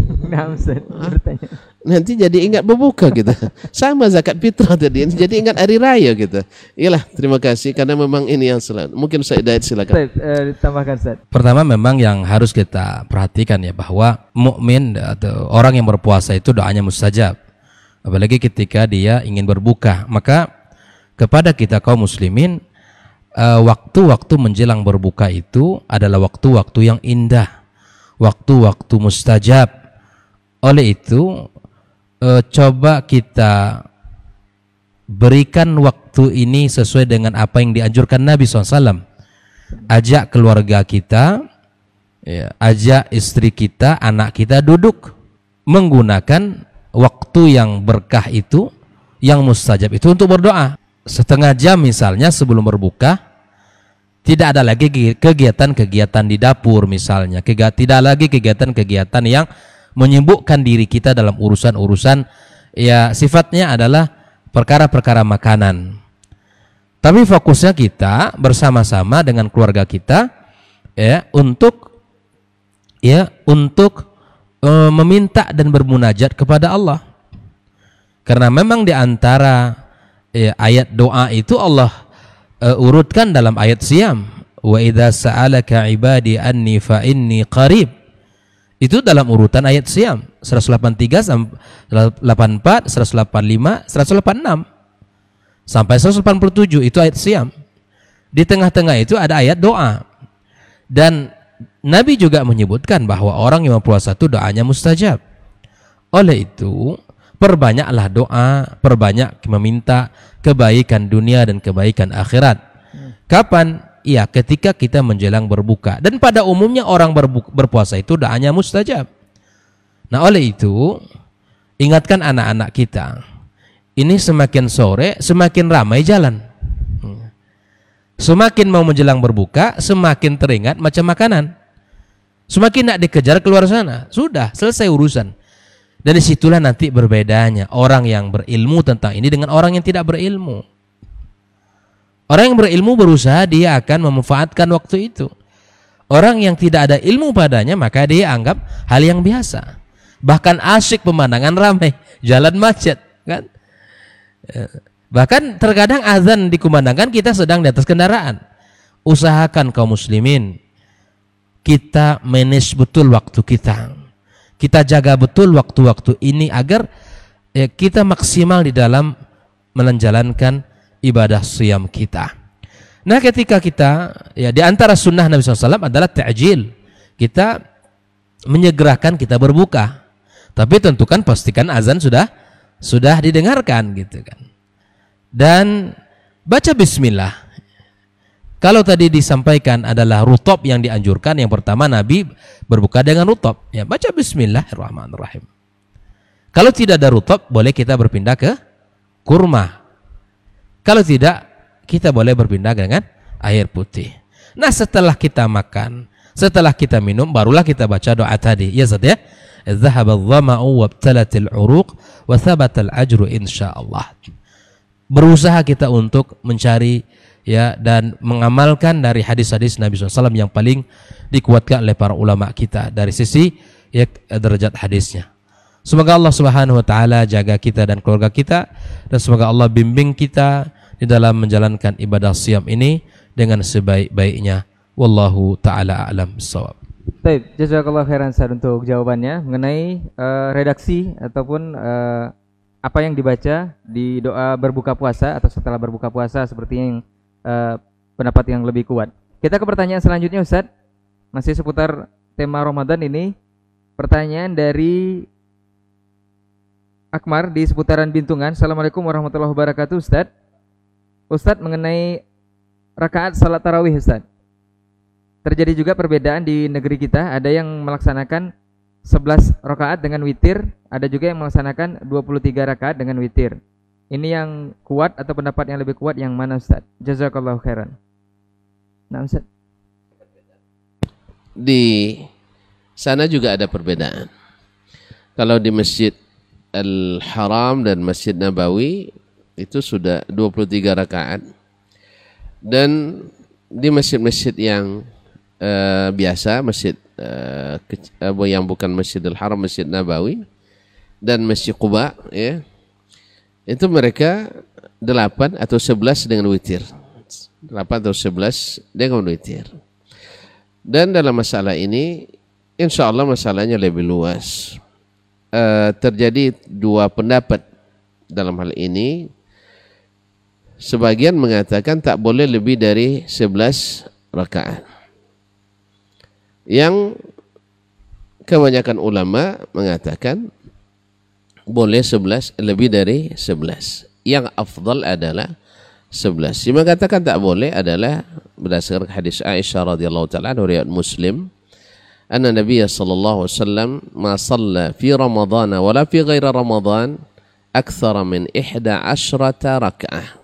Nanti jadi ingat berbuka kita. Sama zakat fitrah tadi, jadi ingat hari raya kita. Iyalah, terima kasih karena memang ini yang selalu. Mungkin Ustaz Hidayat silakan. Tambahkan Ustaz. Pertama memang yang harus kita perhatikan ya, bahwa mukmin atau orang yang berpuasa itu doanya mustajab. Apalagi ketika dia ingin berbuka. Maka kepada kita kaum muslimin, waktu-waktu menjelang berbuka itu adalah waktu-waktu yang indah, waktu-waktu mustajab. Oleh itu coba kita berikan waktu ini sesuai dengan apa yang dianjurkan Nabi SAW. Ajak keluarga kita, ya, ajak istri kita, anak kita duduk menggunakan waktu yang berkah itu, yang mustajab itu untuk berdoa. Setengah jam misalnya sebelum berbuka, tidak ada lagi kegiatan-kegiatan di dapur misalnya, tidak lagi kegiatan-kegiatan yang menyibukkan diri kita dalam urusan-urusan ya sifatnya adalah perkara-perkara makanan. Tapi fokusnya kita bersama-sama dengan keluarga kita ya untuk meminta dan bermunajat kepada Allah. Karena memang di antara ayat doa itu Allah urutkan dalam ayat Siyam, wa idza sa'alaka ibadi anni fa inni qarib. Itu dalam urutan ayat Siyam 183, 184, 185, 186 sampai 187, itu ayat Siyam. Di tengah-tengah itu ada ayat doa. Dan Nabi juga menyebutkan bahwa orang yang berpuasa itu doanya mustajab. Oleh itu perbanyaklah doa, perbanyak meminta kebaikan dunia dan kebaikan akhirat. Kapan? Ya, ketika kita menjelang berbuka. Dan pada umumnya orang berpuasa itu doanya mustajab. Nah, oleh itu ingatkan anak-anak kita. Ini semakin sore semakin ramai jalan. Semakin mau menjelang berbuka, semakin teringat macam makanan. Semakin nak dikejar keluar sana. Sudah, selesai urusan. Dan disitulah nanti berbedanya orang yang berilmu tentang ini dengan orang yang tidak berilmu. Orang yang berilmu berusaha dia akan memanfaatkan waktu itu. Orang yang tidak ada ilmu padanya maka dia anggap hal yang biasa. Bahkan asyik pemandangan ramai, jalan macet, kan? Bahkan terkadang azan dikumandangkan kita sedang di atas kendaraan. Usahakan kaum muslimin kita manage betul waktu kita. Kita jaga betul waktu-waktu ini agar kita maksimal di dalam menjalankan ibadah siyam kita. Nah, ketika kita di antara sunnah Nabi SAW adalah ta'jil. Kita menyegerakan kita berbuka. Tapi tentukan pastikan azan sudah didengarkan gitu kan. Dan baca bismillah. Kalau tadi disampaikan adalah rutab yang dianjurkan, yang pertama Nabi berbuka dengan rutab. Ya, baca bismillahirrahmanirrahim. Kalau tidak ada rutab, boleh kita berpindah ke kurma. Kalau tidak, kita boleh berpindah dengan air putih. Nah, setelah kita makan, setelah kita minum, barulah kita baca doa tadi. Ya, Zat ya. Dhahabadh dhama'u wabtalatil uruq wa thabatal ajru insyaallah. Berusaha kita untuk mencari dan mengamalkan dari hadis-hadis Nabi SAW yang paling dikuatkan oleh para ulama kita dari sisi derajat hadisnya. Semoga Allah Subhanahu wa taala jaga kita dan keluarga kita, dan semoga Allah bimbing kita di dalam menjalankan ibadah siyam ini dengan sebaik-baiknya. Wallahu ta'ala a'lam bissawab. Baik, jazakallah khairan Ustaz untuk jawabannya mengenai redaksi ataupun apa yang dibaca di doa berbuka puasa atau setelah berbuka puasa seperti yang pendapat yang lebih kuat. Kita ke pertanyaan selanjutnya Ustaz. Masih seputar tema Ramadan ini. Pertanyaan dari Akmar di seputaran Bintungan. Assalamualaikum warahmatullahi wabarakatuh Ustaz. Ustaz, mengenai rakaat salat tarawih Ustaz. Terjadi juga perbedaan di negeri kita. Ada yang melaksanakan 11 rakaat dengan witir, ada juga yang melaksanakan 23 rakaat dengan witir. Ini yang kuat atau pendapat yang lebih kuat yang mana Ustaz? Jazakallahu khairan. Nah Ustaz. Di sana juga ada perbedaan. Kalau di Masjid Al-Haram dan Masjid Nabawi itu sudah 23 rakaat. Dan di masjid-masjid yang biasa, masjid yang bukan Masjidil Haram, Masjid Nabawi dan Masjid Quba, ya, itu mereka 8 atau 11 dengan witir, 8 atau 11 dengan witir. Dan dalam masalah ini insya Allah masalahnya lebih luas. Terjadi dua pendapat dalam hal ini. Sebagian mengatakan tak boleh lebih dari 11 rakaat. Yang kebanyakan ulama mengatakan boleh 11, lebih dari 11. Yang afdal adalah 11. Yang mengatakan tak boleh adalah berdasarkan hadis Aisyah radhiyallahu taala riwayat Muslim, anna Nabiy sallallahu alaihi wasallam ma shalla fi Ramadan wala fi ghairi Ramadan akthara min 11 rakaah.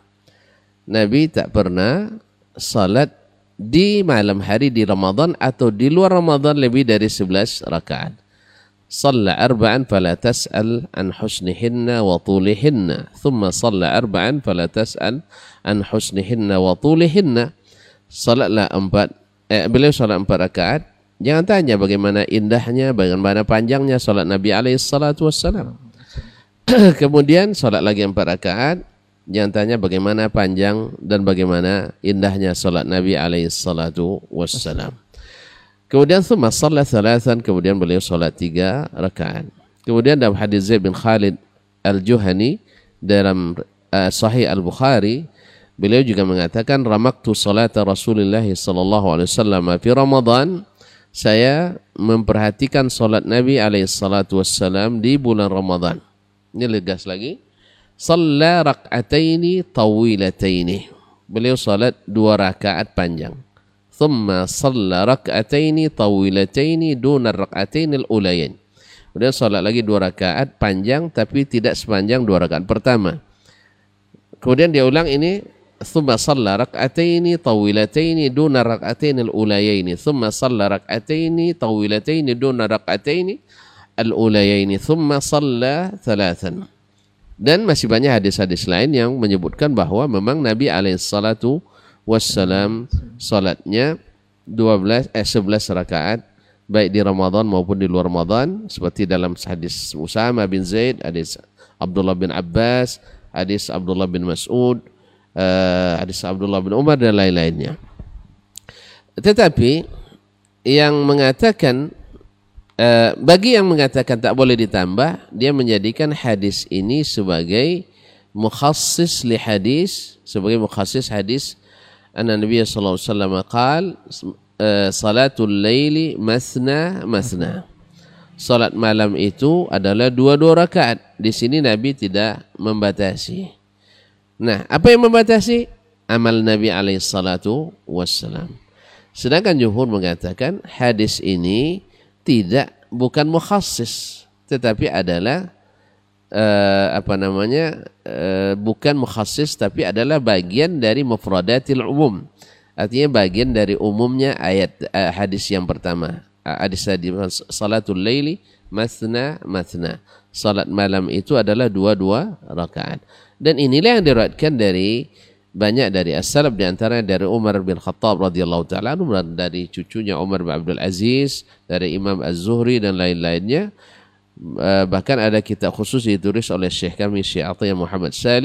Nabi tak pernah salat di malam hari di Ramadan atau di luar Ramadan lebih dari 11 rakaat. Shalla arba'an fala tas'al an husnihinna wa tulihinna, thumma shalla arba'an fala tas'al an husnihinna wa tulihinna. Salatlah 4, beliau salat 4 rakaat, jangan tanya bagaimana indahnya, bagaimana panjangnya salat Nabi alaihi salatu wassalam. Kemudian salat lagi 4 rakaat, jangan tanya bagaimana panjang dan bagaimana indahnya salat Nabi alaihi salatu wassalam. Kemudian thumma shalla thalathan, kemudian beliau salat 3 rakaat. Kemudian dalam hadis Zaid bin Khalid Al-Juhani dalam Sahih Al-Bukhari, beliau juga mengatakan ramaktu salat Rasulullah sallallahu alaihi wasallam fi Ramadan. Saya memperhatikan salat Nabi alaihi salatu wassalam di bulan Ramadan. Ini legas lagi. Shalla rak'ataini tawilataini. Beliau salat 2 rakaat panjang. Thumma shalla rak'ataini tawilataini duna rak'ataini al-ulayain. Kemudian salat lagi 2 rakaat panjang tapi tidak sepanjang 2 rakaat pertama. Kemudian dia ulang ini, thumma shalla rak'ataini tawilataini duna rak'ataini al-ulayain. Thumma shalla rak'ataini tawilataini duna rak'ataini al-ulayain. Thumma shalla thalathan. Dan masih banyak hadis-hadis lain yang menyebutkan bahwa memang Nabi alaihissalatu wassalam salatnya 11 rakaat baik di Ramadan maupun di luar Ramadan, seperti dalam hadis Usama bin Zaid, hadis Abdullah bin Abbas, hadis Abdullah bin Mas'ud, hadis Abdullah bin Umar dan lain-lainnya. Tetapi yang mengatakan bagi yang mengatakan tak boleh ditambah, dia menjadikan hadis ini sebagai mukhassis li hadis, sebagai mukhassis hadis anna Nabi sallallahu alaihi wasallam qaal salatul laili masna masna. Salat malam itu adalah 2 rakaat. Di sini Nabi tidak membatasi. Nah, apa yang membatasi? Amal Nabi alaihi salatu wassalam. Sedangkan jumhur mengatakan hadis ini bukan mukhassis, tetapi adalah bukan mukhassis, tapi adalah bagian dari mufradatil umum. Artinya bagian dari umumnya ayat hadis yang pertama. Hadis tadi salatul laili mathna mathna. Salat malam itu adalah 2 rakaat. Dan inilah yang diriwayatkan dari banyak dari as-salaf, di antaranya dari Umar bin Khattab radhiyallahu taala anhu, dari cucunya Umar bin Abdul Aziz, dari Imam Az-Zuhri dan lain-lainnya. Bahkan ada kitab khusus ditulis oleh Syekh kami Syekh Atiyah Muhammad Salim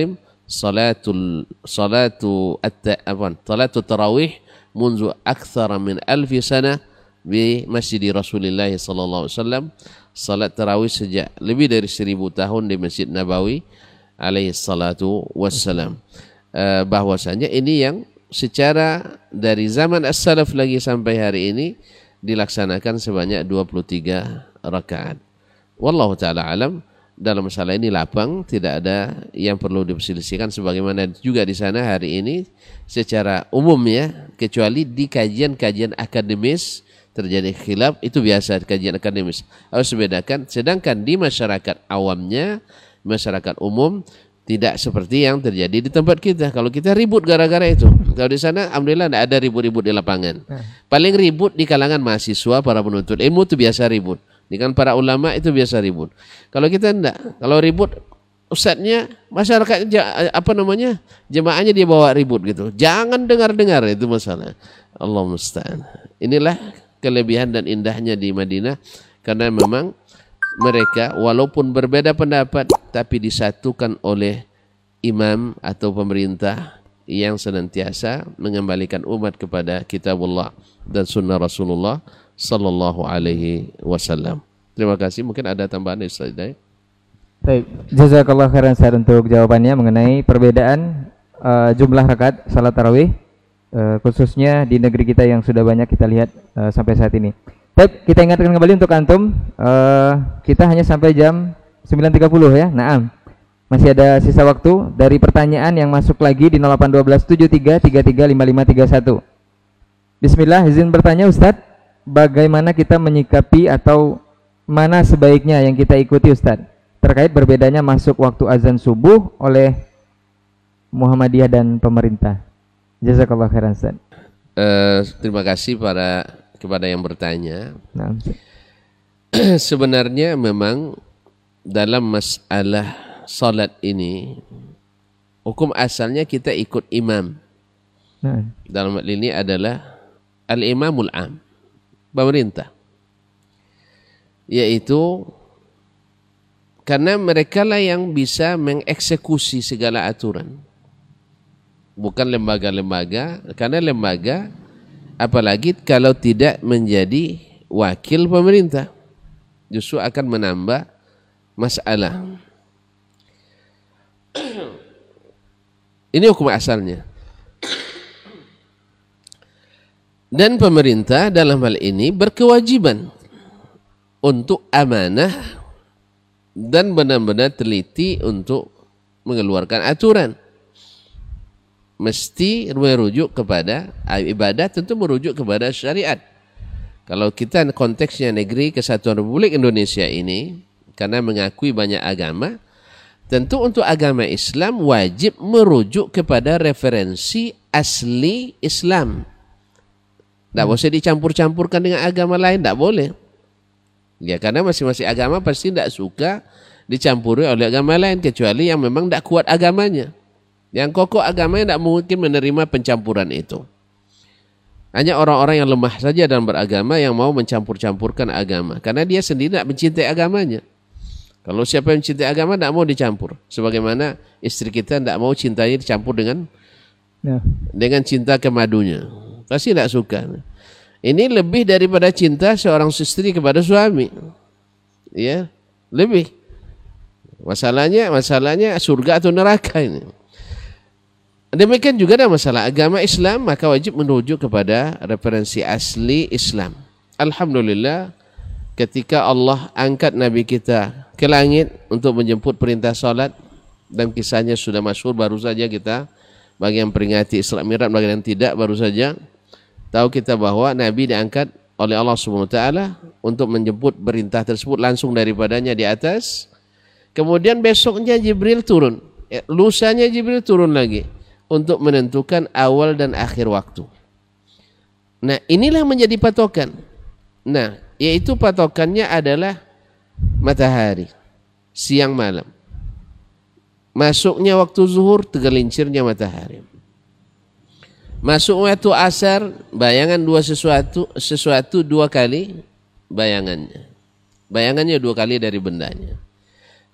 salatu tarawih munzu akthara min alfi sana di Masjid Rasulullah sallallahu alaihi wasallam. Salat tarawih sejak lebih dari 1000 tahun di Masjid Nabawi alaihi salatu wassalam. Bahwasanya ini yang secara dari zaman as-salaf lagi sampai hari ini dilaksanakan sebanyak 23 rakaat. Wallahu taala alam. Dalam masalah ini lapang, tidak ada yang perlu diperselisihkan sebagaimana juga di sana hari ini secara umum ya, kecuali di kajian-kajian akademis terjadi khilaf, itu biasa kajian akademis. Harus dibedakan, sedangkan di masyarakat awamnya, masyarakat umum tidak seperti yang terjadi di tempat kita. Kalau kita ribut gara-gara itu, kalau di sana alhamdulillah tidak ada ribut-ribut di lapangan. Paling ribut di kalangan mahasiswa, para penuntut ilmu itu biasa ribut. Dengan para ulama itu biasa ribut. Kalau kita enggak, kalau ribut ustadznya, masyarakat jemaahnya dia bawa ribut gitu. Jangan dengar-dengar, itu masalah. Allah musta'an. Inilah kelebihan dan indahnya di Madinah, karena memang mereka walaupun berbeda pendapat tapi disatukan oleh imam atau pemerintah yang senantiasa mengembalikan umat kepada kitabullah dan sunnah Rasulullah sallallahu alaihi wasallam. Terima kasih. Mungkin ada tambahan dari Ustaz Hidayat. Baik, jazakallah khairan Ustaz untuk jawabannya mengenai perbedaan jumlah rakaat salat tarawih khususnya di negeri kita yang sudah banyak kita lihat sampai saat ini. Baik, kita ingatkan kembali untuk antum, kita hanya sampai jam 9.30 ya. Naam. Masih ada sisa waktu dari pertanyaan yang masuk lagi di 081273335531. Bismillah, izin bertanya Ustadz, bagaimana kita menyikapi atau mana sebaiknya yang kita ikuti Ustadz terkait berbedanya masuk waktu azan subuh oleh Muhammadiyah dan pemerintah? Jazakallah khairan Ustadz. Terima kasih kepada yang bertanya. Nah. Sebenarnya memang dalam masalah salat ini hukum asalnya kita ikut imam. Nah. Dalam hal ini adalah al-imamul am, pemerintah, yaitu karena mereka lah yang bisa mengeksekusi segala aturan, bukan lembaga-lembaga. Karena lembaga, apalagi kalau tidak menjadi wakil pemerintah, justru akan menambah masalah. Ini hukum asalnya. Dan pemerintah dalam hal ini berkewajiban untuk amanah dan benar-benar teliti untuk mengeluarkan aturan. Mesti merujuk kepada ibadah, tentu merujuk kepada syariat. Kalau kita konteksnya Negeri Kesatuan Republik Indonesia ini, karena mengakui banyak agama, tentu untuk agama Islam wajib merujuk kepada referensi asli Islam. Tidak boleh dicampur-campurkan dengan agama lain, tidak boleh. Ya, karena masing-masing agama pasti tidak suka dicampuri oleh agama lain, kecuali yang memang tidak kuat agamanya. Yang kokoh agamanya tidak mungkin menerima pencampuran itu. Hanya orang-orang yang lemah saja dalam beragama yang mau mencampur-campurkan agama, karena dia sendiri tidak mencintai agamanya. Kalau siapa yang mencintai agama tidak mau dicampur. Sebagaimana istri kita tidak mau cintanya dicampur dengan cinta ke madunya. Pasti tidak suka. Ini lebih daripada cinta seorang istri kepada suami. Ya, lebih. Masalahnya surga atau neraka ini. Demikian juga dalam masalah agama Islam, maka wajib merujuk kepada referensi asli Islam. Alhamdulillah, ketika Allah angkat Nabi kita ke langit untuk menjemput perintah salat, dan kisahnya sudah masyhur, baru saja kita bagi yang peringati Isra Mi'raj, bagi yang tidak baru saja tahu kita bahwa Nabi diangkat oleh Allah Subhanahu wa taala untuk menjemput perintah tersebut langsung daripadanya di atas. Kemudian besoknya Jibril turun, lusanya Jibril turun lagi untuk menentukan awal dan akhir waktu. Nah, inilah menjadi patokan. Nah, yaitu patokannya adalah matahari, siang malam. Masuknya waktu zuhur, tergelincirnya matahari. Masuk waktu asar, bayangan sesuatu dua kali bayangannya. Bayangannya dua kali dari bendanya.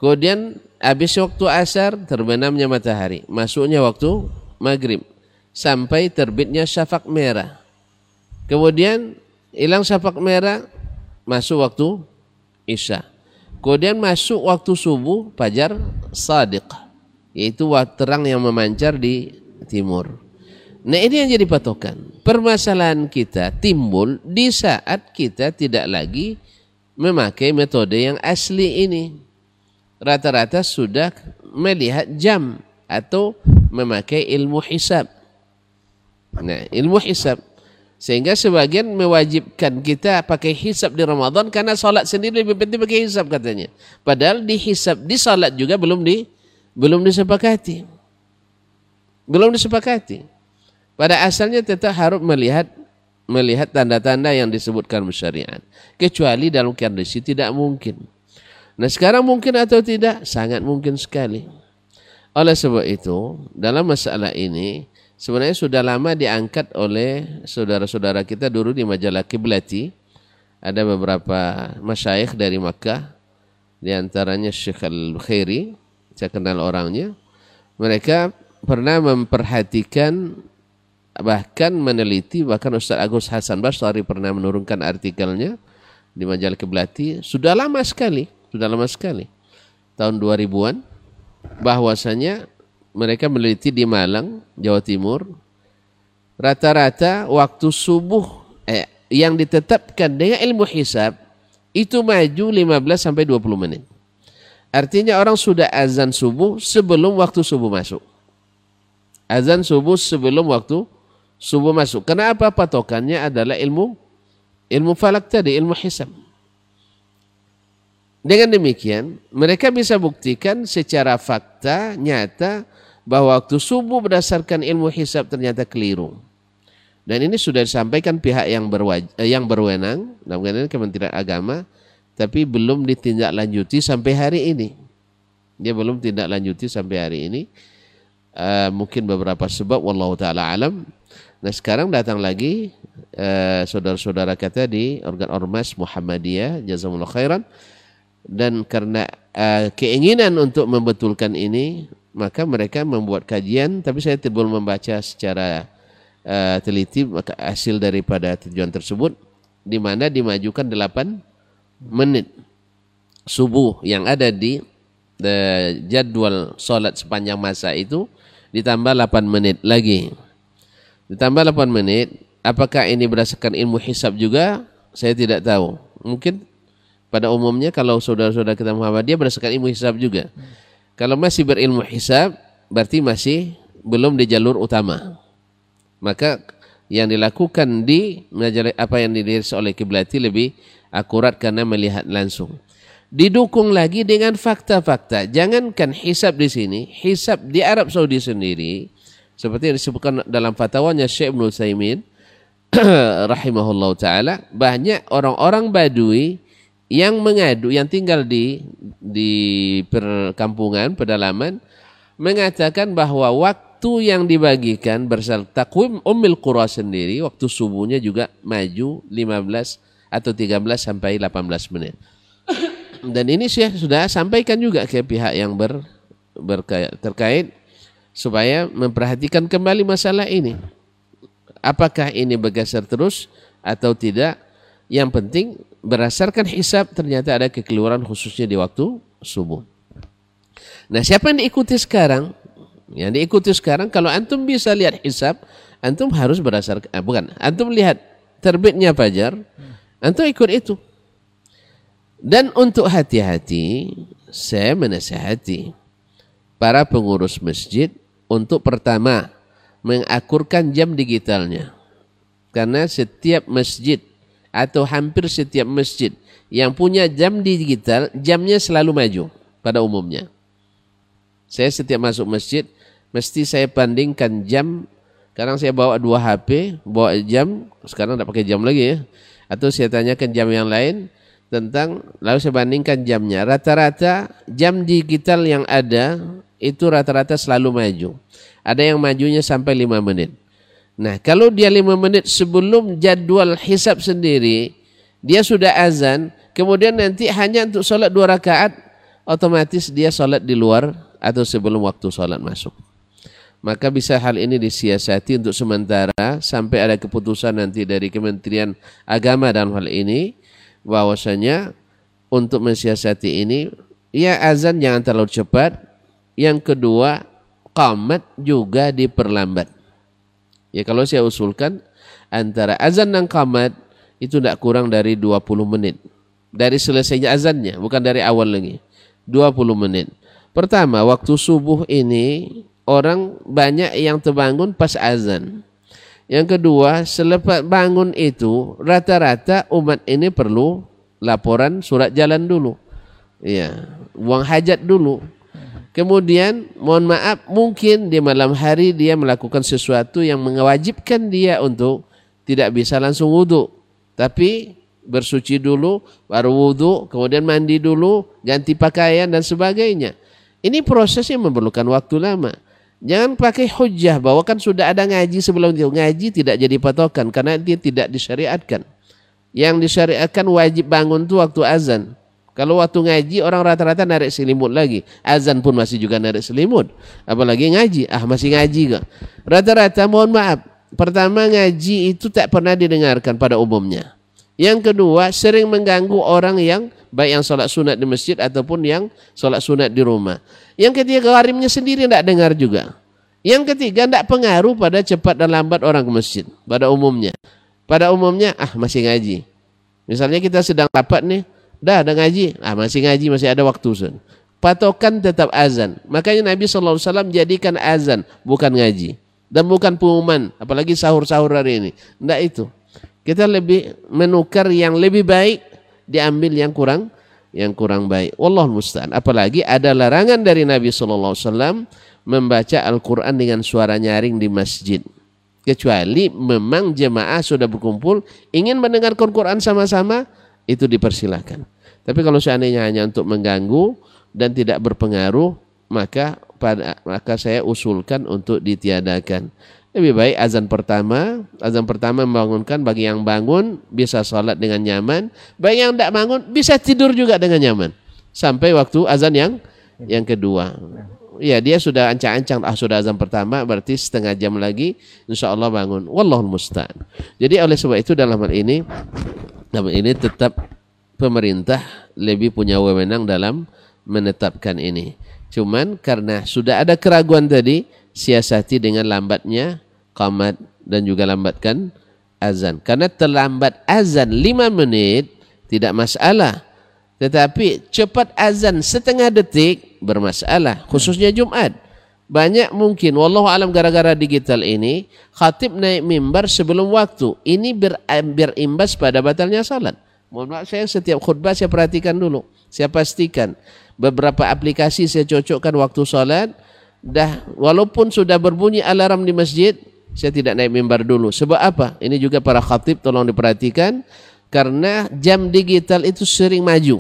Kemudian habis waktu asar terbenamnya matahari, masuknya waktu maghrib sampai terbitnya syafaq merah. Kemudian hilang syafaq merah, masuk waktu isya. Kemudian masuk waktu subuh, fajar shadiq, yaitu terang yang memancar di timur. Nah, ini yang jadi patokan. Permasalahan kita timbul di saat kita tidak lagi memakai metode yang asli ini. Rata-rata sudah melihat jam atau memakai ilmu hisab. Nah, ilmu hisab, sehingga sebagian mewajibkan kita pakai hisab di Ramadan karena salat sendiri lebih penting pakai hisab katanya. Padahal di hisab di salat juga belum disepakati. Belum disepakati. Pada asalnya tetap harus melihat tanda-tanda yang disebutkan syariat. Kecuali dalam kondisi tidak mungkin. Nah, sekarang mungkin atau tidak? Sangat mungkin sekali. Oleh sebab itu, dalam masalah ini sebenarnya sudah lama diangkat oleh saudara-saudara kita dulu di majalah Kiblati. Ada beberapa masyayikh dari Makkah, di antaranya Syekh Al-Khairi, saya kenal orangnya. Mereka pernah memperhatikan, bahkan meneliti, bahkan Ustaz Agus Hasan Basri pernah menurunkan artikelnya di majalah Kiblati. Sudah lama sekali, tahun 2000-an, bahwasanya mereka meneliti di Malang, Jawa Timur, rata-rata waktu subuh yang ditetapkan dengan ilmu hisab itu maju 15 sampai 20 menit. Artinya orang sudah azan subuh sebelum waktu subuh masuk. Azan subuh sebelum waktu subuh masuk. Kenapa? Patokannya adalah ilmu falak tadi, ilmu hisab. Dengan demikian, mereka bisa buktikan secara fakta nyata bahwa waktu subuh berdasarkan ilmu hisab ternyata keliru. Dan ini sudah disampaikan pihak yang berwenang, namanya Kementerian Agama, tapi belum ditindaklanjuti sampai hari ini. Dia belum tindaklanjuti sampai hari ini. Mungkin beberapa sebab, wallahu taala alam. Nah, sekarang datang lagi saudara-saudara kita di organ ormas Muhammadiyah, jazakumullah khairan. Dan karena keinginan untuk membetulkan ini, maka mereka membuat kajian, tapi saya belum membaca secara teliti maka hasil daripada tujuan tersebut, di mana dimajukan 8 menit subuh yang ada di jadwal sholat sepanjang masa itu, ditambah 8 menit lagi. Ditambah 8 menit, apakah ini berdasarkan ilmu hisab juga? Saya tidak tahu. Mungkin pada umumnya kalau saudara-saudara kita Muhammadiyah berdasarkan ilmu hisab juga. Kalau masih berilmu hisab, berarti masih belum di jalur utama. Maka yang dilakukan di majalah apa yang dirilis oleh Kiblati lebih akurat karena melihat langsung. Didukung lagi dengan fakta-fakta. Jangankan hisab di sini, hisab di Arab Saudi sendiri, seperti yang disebutkan dalam fatwanya Syekh Ibnu Utsaimin rahimahullah taala, banyak orang-orang Badui yang mengadu, yang tinggal di perkampungan, pedalaman, mengatakan bahwa waktu yang dibagikan berdasarkan takwim Ummul Qura sendiri, waktu subuhnya juga maju 15 atau 13 sampai 18 menit. Dan ini saya sudah sampaikan juga ke pihak yang terkait supaya memperhatikan kembali masalah ini. Apakah ini bergeser terus atau tidak? Yang penting berdasarkan hisab ternyata ada kekeliruan khususnya di waktu subuh. Nah, siapa yang diikuti sekarang? Yang diikuti sekarang, kalau antum bisa lihat hisab, antum harus berdasarkan, antum lihat terbitnya fajar, antum ikut itu. Dan untuk hati-hati, saya menasihati para pengurus masjid untuk pertama mengakurkan jam digitalnya. Karena setiap masjid atau hampir setiap masjid yang punya jam digital, jamnya selalu maju pada umumnya. Saya setiap masuk masjid, mesti saya bandingkan jam. Sekarang saya bawa 2 HP, bawa jam, sekarang tidak pakai jam lagi ya. Atau saya tanyakan jam yang lain tentang, lalu saya bandingkan jamnya. Rata-rata jam digital yang ada, itu rata-rata selalu maju. Ada yang majunya sampai 5 menit. Nah, kalau dia 5 menit sebelum jadwal hisab sendiri, dia sudah azan, kemudian nanti hanya untuk sholat 2 rakaat, otomatis dia sholat di luar atau sebelum waktu sholat masuk. Maka bisa hal ini disiasati untuk sementara sampai ada keputusan nanti dari Kementerian Agama dalam hal ini, bahwasanya untuk mensiasati ini, ya azan jangan terlalu cepat. Yang kedua, qamat juga diperlambat. Ya kalau saya usulkan antara azan dan qamat itu tidak kurang dari 20 menit. Dari selesainya azannya, bukan dari awal lagi. 20 menit. Pertama, waktu subuh ini orang banyak yang terbangun pas azan. Yang kedua, selepas bangun itu rata-rata umat ini perlu laporan surat jalan dulu. Ya, buang hajat dulu. Kemudian mohon maaf mungkin di malam hari dia melakukan sesuatu yang mewajibkan dia untuk tidak bisa langsung wudhu, tapi bersuci dulu baru wudhu, kemudian mandi dulu, ganti pakaian dan sebagainya. Ini proses yang memerlukan waktu lama. Jangan pakai hujah bahwa kan sudah ada ngaji sebelum itu. Ngaji tidak jadi patokan karena dia tidak disyariatkan. Yang disyariatkan wajib bangun itu waktu azan. Kalau waktu ngaji orang rata-rata narik selimut lagi. Azan pun masih juga narik selimut. Apalagi ngaji. Masih ngaji kok. Rata-rata mohon maaf. Pertama, ngaji itu tak pernah didengarkan pada umumnya. Yang kedua, sering mengganggu orang yang baik yang sholat sunat di masjid ataupun yang sholat sunat di rumah. Yang ketiga, gharimnya sendiri tidak dengar juga. Yang ketiga, tidak pengaruh pada cepat dan lambat orang ke masjid pada umumnya. Pada umumnya, masih ngaji. Misalnya kita sedang rapat nih, dah ada ngaji, masih ngaji, masih ada waktu. Patokan tetap azan. Makanya Nabi SAW jadikan azan, bukan ngaji. Dan bukan pengumuman, apalagi sahur-sahur hari ini. Tidak itu. Kita lebih menukar yang lebih baik, diambil yang kurang baik. Wallahul musta'an. Apalagi ada larangan dari Nabi SAW membaca Al-Quran dengan suara nyaring di masjid. Kecuali memang jemaah sudah berkumpul, ingin mendengarkan Quran sama-sama, itu dipersilahkan. Tapi kalau seandainya hanya untuk mengganggu dan tidak berpengaruh, maka saya usulkan untuk ditiadakan. Lebih baik azan pertama membangunkan bagi yang bangun bisa sholat dengan nyaman, bagi yang tidak bangun bisa tidur juga dengan nyaman sampai waktu azan yang kedua. Ya, dia sudah ancang-ancang sudah azan pertama, berarti setengah jam lagi insya Allah bangun. Wallahul musta'an. Jadi oleh sebab itu dalam hal ini tetap pemerintah lebih punya wewenang dalam menetapkan ini. Cuman karena sudah ada keraguan tadi, siasati dengan lambatnya qamat dan juga lambatkan azan. Karena terlambat azan 5 menit tidak masalah. Tetapi cepat azan setengah detik bermasalah, khususnya Jumat. Banyak mungkin, wallahu alam gara-gara digital ini, khatib naik mimbar sebelum waktu. Ini berimbas pada batalnya salat. Mohon maaf, saya setiap khutbah saya perhatikan dulu. Saya pastikan. Beberapa aplikasi saya cocokkan waktu salat. Walaupun sudah berbunyi alarm di masjid, saya tidak naik mimbar dulu. Sebab apa? Ini juga para khatib tolong diperhatikan. Karena jam digital itu sering maju.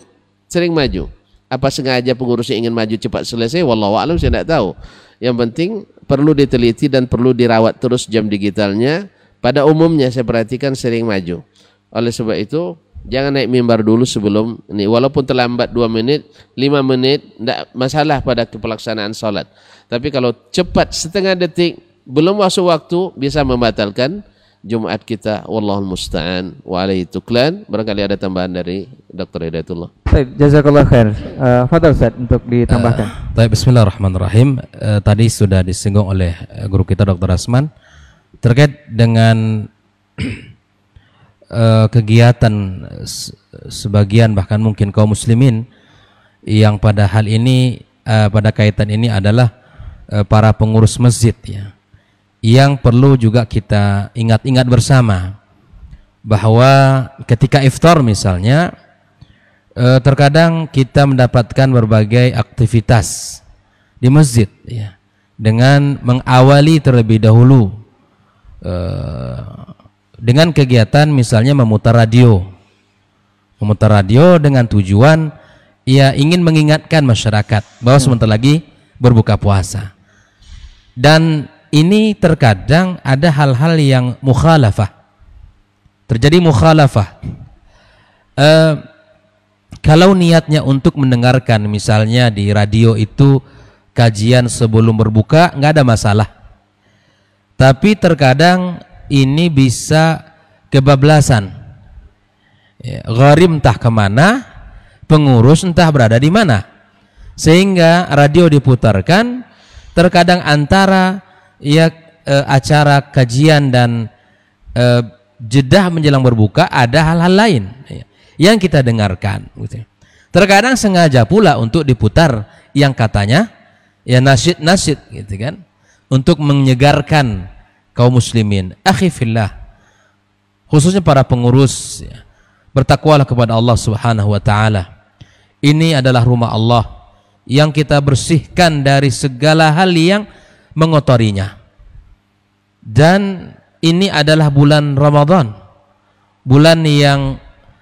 Apa sengaja pengurusnya ingin maju cepat selesai? Wallahu a'lam, saya tidak tahu. Yang penting perlu diteliti dan perlu dirawat terus jam digitalnya. Pada umumnya saya perhatikan sering maju. Oleh sebab itu jangan naik mimbar dulu sebelum ini. Walaupun terlambat 2 menit, 5 menit, tidak masalah pada pelaksanaan sholat. Tapi kalau cepat setengah detik belum masuk waktu bisa membatalkan Jumat kita. Wallahul musta'an wa alaihi tuklan. Barangkali ada tambahan dari Dr. Hidayatullah. Baik, jazakallah khair. Fadhal Ustaz untuk ditambahkan. Baik, bismillahirrahmanirrahim. Tadi sudah disinggung oleh guru kita Dr. Asman terkait dengan kegiatan sebagian bahkan mungkin kaum muslimin yang pada hal ini pada kaitan ini adalah para pengurus masjid ya. Yang perlu juga kita ingat-ingat bersama bahwa ketika iftar misalnya terkadang kita mendapatkan berbagai aktivitas di masjid ya, dengan mengawali terlebih dahulu dengan kegiatan misalnya memutar radio dengan tujuan ia ingin mengingatkan masyarakat bahwa sebentar lagi berbuka puasa. Dan ini terkadang ada hal-hal yang mukhalafah, terjadi mukhalafah. kalau niatnya untuk mendengarkan, misalnya di radio itu kajian sebelum berbuka, nggak ada masalah. Tapi terkadang ini bisa kebablasan. Ya, gharim entah kemana, pengurus entah berada di mana, sehingga radio diputarkan. Terkadang antara acara kajian dan jeda menjelang berbuka ada hal-hal lain yang kita dengarkan. Terkadang sengaja pula untuk diputar yang katanya nasyid-nasyid, gitu kan, untuk menyegarkan kaum muslimin. Akhi fillah, khususnya para pengurus, bertakwalah kepada Allah Subhanahu wa taala. Ini adalah rumah Allah yang kita bersihkan dari segala hal yang mengotorinya. Dan ini adalah bulan Ramadan, bulan yang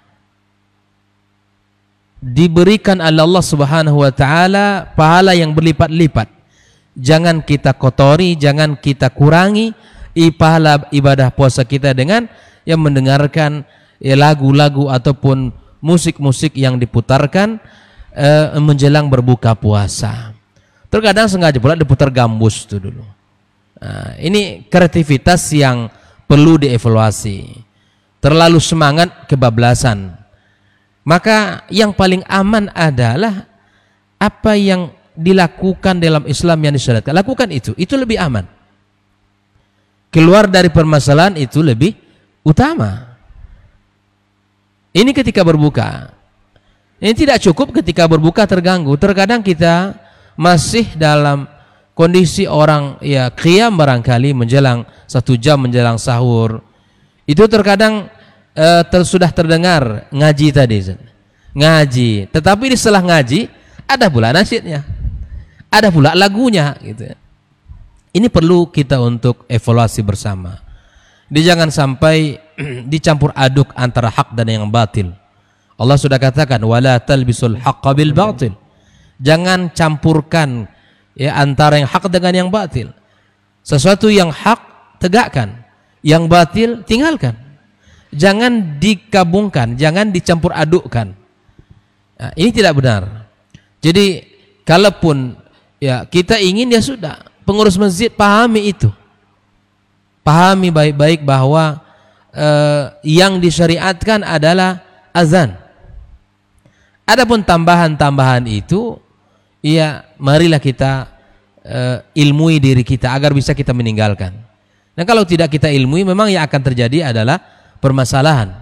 diberikan oleh Allah Subhanahu wa taala pahala yang berlipat-lipat. Jangan kita kotori, jangan kita kurangi pahala ibadah puasa kita dengan yang mendengarkan lagu-lagu ataupun musik-musik yang diputarkan menjelang berbuka puasa. Terkadang sengaja pula diputar gambus itu dulu. Nah, ini kreativitas yang perlu dievaluasi. Terlalu semangat, kebablasan. Maka yang paling aman adalah apa yang dilakukan dalam Islam yang disyariatkan. Lakukan itu lebih aman. Keluar dari permasalahan itu lebih utama. Ini ketika berbuka. Ini tidak cukup ketika berbuka terganggu. Terkadang kita masih dalam kondisi orang qiyam barangkali menjelang 1 jam menjelang sahur. Itu terkadang sudah terdengar ngaji tadi. Ngaji. Tetapi di setelah ngaji ada pula nasyidnya. Ada pula lagunya gitu. Ini perlu kita untuk evaluasi bersama. Jangan sampai dicampur aduk antara hak dan yang batil. Allah sudah katakan wala talbisul haqqa bil batil. Jangan campurkan antara yang hak dengan yang batil. Sesuatu yang hak tegakkan, yang batil tinggalkan. Jangan dikabungkan, jangan dicampur adukkan. Nah, ini tidak benar. Jadi kalaupun kita ingin sudah, pengurus masjid pahami itu. Pahami baik-baik bahwa yang disyariatkan adalah azan. Adapun tambahan-tambahan itu, marilah kita ilmui diri kita agar bisa kita meninggalkan. Dan kalau tidak kita ilmui, memang yang akan terjadi adalah permasalahan.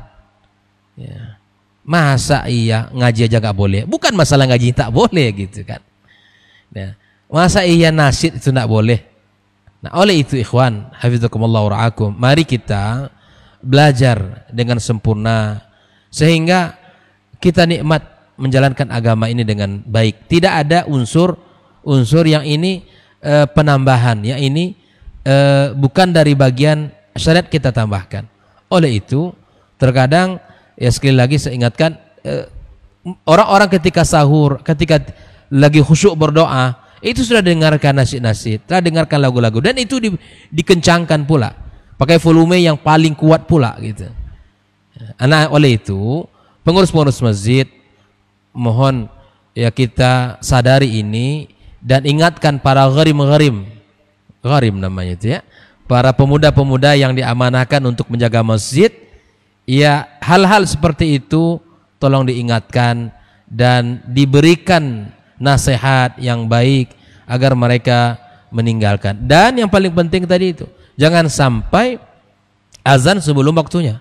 Masa ngaji aja gak boleh? Bukan masalah ngaji tak boleh gitu kan. Masa nasyid itu gak boleh? Nah, oleh itu ikhwan, hafizakumullah wa ra'akum, mari kita belajar dengan sempurna sehingga kita nikmat menjalankan agama ini dengan baik. Tidak ada unsur yang ini penambahan, yang ini bukan dari bagian syariat kita tambahkan. Oleh itu terkadang sekali lagi saya ingatkan, orang-orang ketika sahur, ketika lagi khusyuk berdoa, itu sudah dengarkan nasyid-nasyid, telah dengarkan lagu-lagu, dan itu dikencangkan pula, pakai volume yang paling kuat pula gitu. Oleh itu pengurus-pengurus masjid, mohon kita sadari ini dan ingatkan para gharim namanya itu para pemuda-pemuda yang diamanahkan untuk menjaga masjid, hal-hal seperti itu tolong diingatkan dan diberikan nasihat yang baik agar mereka meninggalkan. Dan yang paling penting tadi itu, jangan sampai azan sebelum waktunya.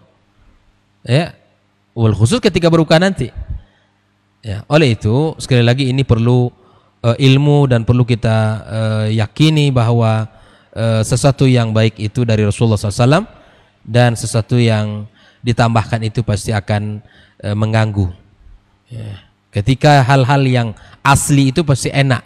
Khusus ketika berbuka nanti. Oleh itu sekali lagi ini perlu ilmu dan perlu kita yakini bahwa sesuatu yang baik itu dari Rasulullah SAW, dan sesuatu yang ditambahkan itu pasti akan mengganggu. Ketika hal-hal yang asli itu pasti enak.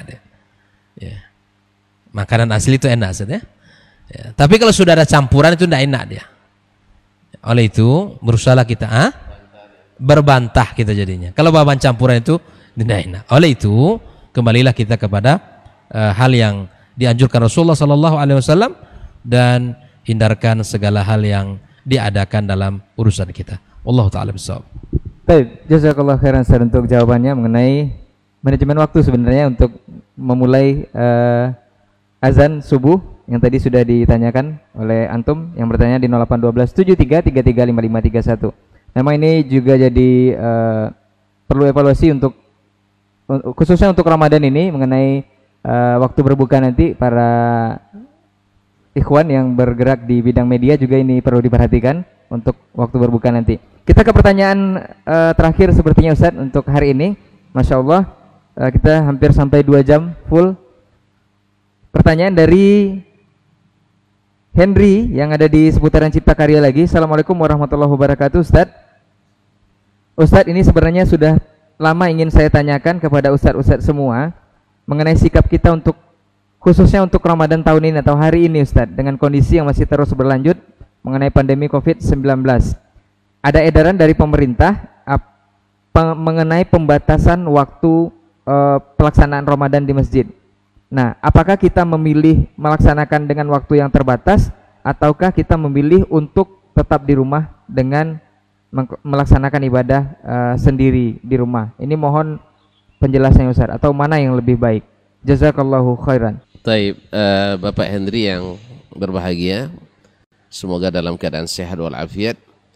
Makanan asli itu enak, tapi kalau sudah ada campuran itu tidak enak dia. Oleh itu berusahalah kita berbantah kita jadinya. Kalau bahan campuran itu tidak enak. Oleh itu kembalilah kita kepada hal yang dianjurkan Rasulullah SAW dan hindarkan segala hal yang diadakan dalam urusan kita. Wallahu ta'ala bishawab. Baik, jazakallah khairan Ustaz untuk jawabannya mengenai manajemen waktu sebenarnya untuk memulai azan subuh yang tadi sudah ditanyakan oleh antum yang bertanya di 0812 73 33 55 31. Memang ini juga jadi perlu evaluasi untuk khususnya untuk Ramadan ini mengenai waktu berbuka nanti. Para ikhwan yang bergerak di bidang media juga ini perlu diperhatikan untuk waktu berbuka nanti. Kita ke pertanyaan terakhir sepertinya Ustadz untuk hari ini. Masya Allah, kita hampir sampai 2 jam full. Pertanyaan dari Henry yang ada di seputaran Cipta Karya lagi. Assalamualaikum warahmatullahi wabarakatuh Ustadz. Ustadz, ini sebenarnya sudah lama ingin saya tanyakan kepada Ustadz semua mengenai sikap kita untuk khususnya untuk Ramadan tahun ini atau hari ini Ustadz, dengan kondisi yang masih terus berlanjut mengenai pandemi COVID-19. Ada edaran dari pemerintah mengenai pembatasan waktu pelaksanaan Ramadan di masjid. Nah, apakah kita memilih melaksanakan dengan waktu yang terbatas ataukah kita memilih untuk tetap di rumah dengan melaksanakan ibadah sendiri di rumah? Ini mohon penjelasannya Ustaz, atau mana yang lebih baik? Jazakallahu khairan. Taib, Bapak Henry yang berbahagia, semoga dalam keadaan sehat walafiat.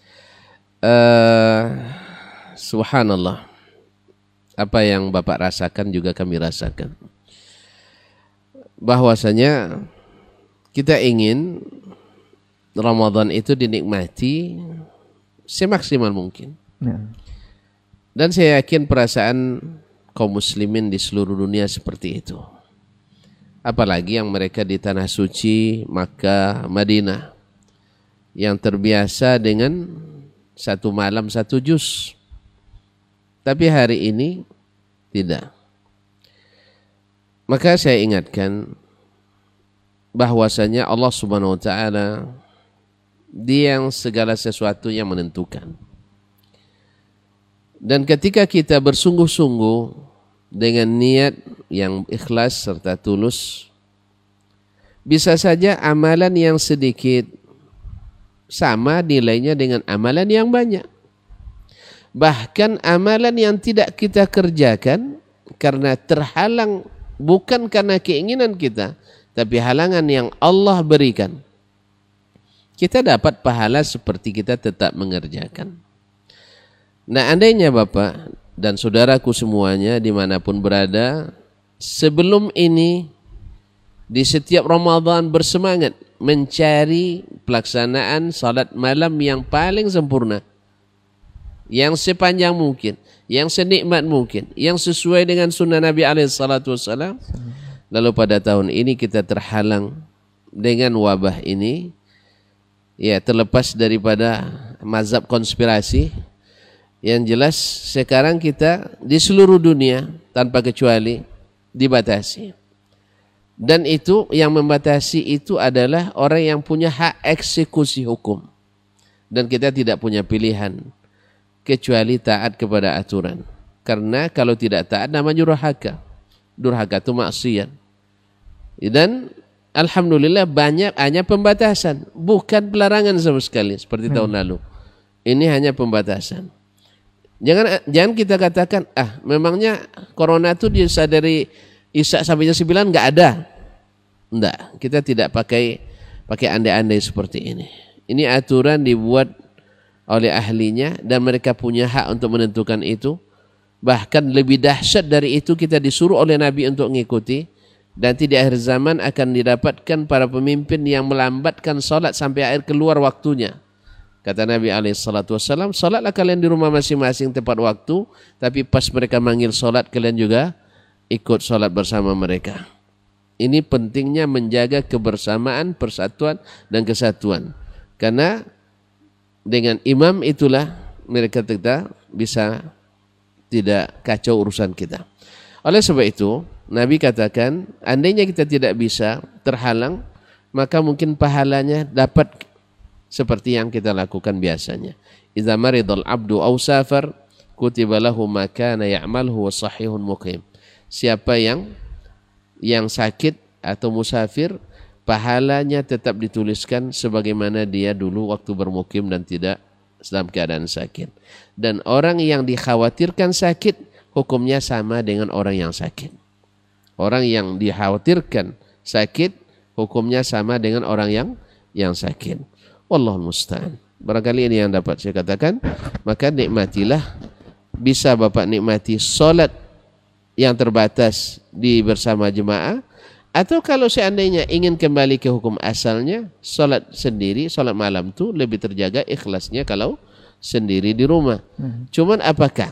Subhanallah, apa yang Bapak rasakan juga kami rasakan. Bahwasanya kita ingin Ramadan itu dinikmati semaksimal mungkin. Dan saya yakin perasaan kaum muslimin di seluruh dunia seperti itu. Apalagi yang mereka di tanah suci Makkah, Madinah, yang terbiasa dengan 1 malam 1 juz. Tapi hari ini tidak. Maka saya ingatkan bahwasanya Allah Subhanahu wa taala Dia yang segala sesuatu yang menentukan. Dan ketika kita bersungguh-sungguh dengan niat yang ikhlas serta tulus, bisa saja amalan yang sedikit sama nilainya dengan amalan yang banyak. Bahkan amalan yang tidak kita kerjakan karena terhalang, bukan karena keinginan kita, tapi halangan yang Allah berikan, kita dapat pahala seperti kita tetap mengerjakan. Nah, andainya Bapak dan saudaraku semuanya dimanapun berada, sebelum ini di setiap Ramadan bersemangat mencari pelaksanaan salat malam yang paling sempurna, yang sepanjang mungkin, yang senikmat mungkin, yang sesuai dengan sunnah Nabi SAW. Lalu pada tahun ini kita terhalang dengan wabah ini, ya, terlepas daripada mazhab konspirasi. Yang jelas sekarang kita di seluruh dunia tanpa kecuali dibatasi. Dan itu yang membatasi itu adalah orang yang punya hak eksekusi hukum. Dan kita tidak punya pilihan kecuali taat kepada aturan. Karena kalau tidak taat namanya durhaka. Durhaka itu maksiat. Dan alhamdulillah banyak hanya pembatasan, bukan pelarangan sama sekali seperti tahun lalu. Ini hanya pembatasan. Jangan kita katakan, memangnya corona itu bisa dari Isya sampai jam 9 enggak ada. Enggak, kita tidak pakai andai-andai seperti ini. Ini aturan dibuat oleh ahlinya dan mereka punya hak untuk menentukan itu. Bahkan lebih dahsyat dari itu, kita disuruh oleh Nabi untuk mengikuti. Dan di akhir zaman akan didapatkan para pemimpin yang melambatkan salat sampai akhir keluar waktunya. Kata Nabi SAW, salatlah kalian di rumah masing-masing tepat waktu, tapi pas mereka manggil salat kalian juga ikut salat bersama mereka. Ini pentingnya menjaga kebersamaan, persatuan dan kesatuan. Karena dengan imam itulah mereka kita bisa tidak kacau urusan kita. Oleh sebab itu, Nabi katakan, andainya kita tidak bisa terhalang, maka mungkin pahalanya dapat seperti yang kita lakukan biasanya. Idza maridal abdu aw safar kutiba lahu ma kana ya'malhu wa sahihun muqim. Siapa yang sakit atau musafir, pahalanya tetap dituliskan sebagaimana dia dulu waktu bermukim dan tidak dalam keadaan sakit. Dan orang yang dikhawatirkan sakit, hukumnya sama dengan orang yang sakit. Orang yang dikhawatirkan sakit, hukumnya sama dengan orang yang sakit. Wallahul musta'an. Barangkali ini yang dapat saya katakan. Maka nikmatilah, bisa Bapak nikmati solat yang terbatas di bersama jemaah, atau kalau seandainya ingin kembali ke hukum asalnya, solat sendiri, solat malam itu lebih terjaga ikhlasnya kalau sendiri di rumah. Cuman apakah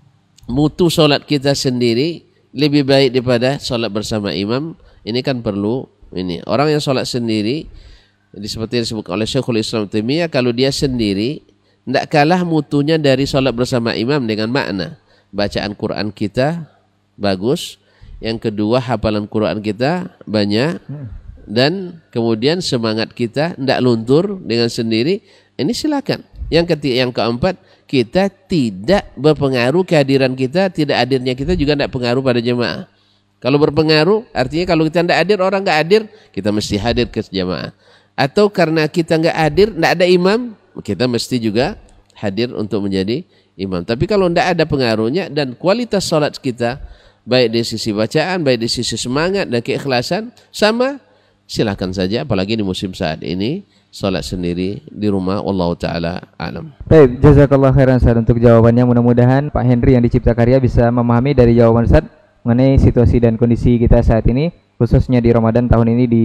mutu solat kita sendiri lebih baik daripada solat bersama imam? Ini kan perlu ini. Orang yang solat sendiri, seperti yang disebut oleh Syekhul Islam Taimiyah, kalau dia sendiri tidak kalah mutunya dari solat bersama imam dengan makna bacaan Quran kita bagus, yang kedua hafalan Quran kita banyak, dan kemudian semangat kita tidak luntur dengan sendiri. Ini silakan. Yang ketiga, yang keempat, kita tidak berpengaruh kehadiran kita, tidak hadirnya kita juga tidak pengaruh pada jemaah. Kalau berpengaruh, artinya kalau kita tidak hadir, orang tidak hadir, kita mesti hadir ke jemaah. Atau karena kita nggak hadir, tidak ada imam, kita mesti juga hadir untuk menjadi imam. Tapi kalau tidak ada pengaruhnya dan kualitas salat kita, baik dari sisi bacaan, baik dari sisi semangat dan keikhlasan, sama, silakan saja. Apalagi di musim saat ini, salat sendiri di rumah. Wallahu ta'ala alam. Baik, jazakallah khairan Ustaz untuk jawabannya. Mudah-mudahan Pak Henry yang di Cipta Karya bisa memahami dari jawaban Ustaz mengenai situasi dan kondisi kita saat ini, khususnya di Ramadan tahun ini di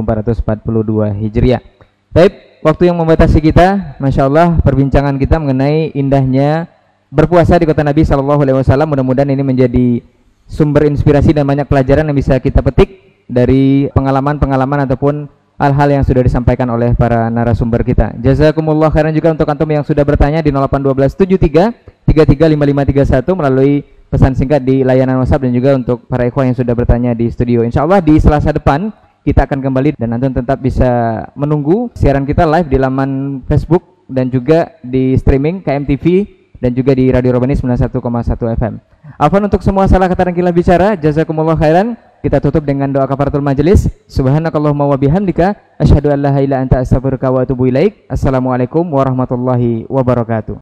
1442 Hijriah. Baik, waktu yang membatasi kita, Masya Allah, perbincangan kita mengenai indahnya berpuasa di kota Nabi SAW. Mudah-mudahan ini menjadi sumber inspirasi dan banyak pelajaran yang bisa kita petik dari pengalaman-pengalaman ataupun hal-hal yang sudah disampaikan oleh para narasumber kita. Jazakumullah khairan juga untuk antum yang sudah bertanya di 081273335531 melalui pesan singkat di layanan WhatsApp, dan juga untuk para ikhwan yang sudah bertanya di studio. Insya Allah di Selasa depan kita akan kembali, dan antum tetap bisa menunggu siaran kita live di laman Facebook dan juga di streaming KMTV dan juga di Radio Robani 91,1 FM. Afwan untuk semua salah kata dan khilaf bicara. Jazakumullah khairan. Kita tutup dengan doa kafaratul majelis. Subhanakallahumma wa bihamdika asyhadu an la ilaha illa anta astaghfiruka wa atubu ilaik. Assalamualaikum warahmatullahi wabarakatuh.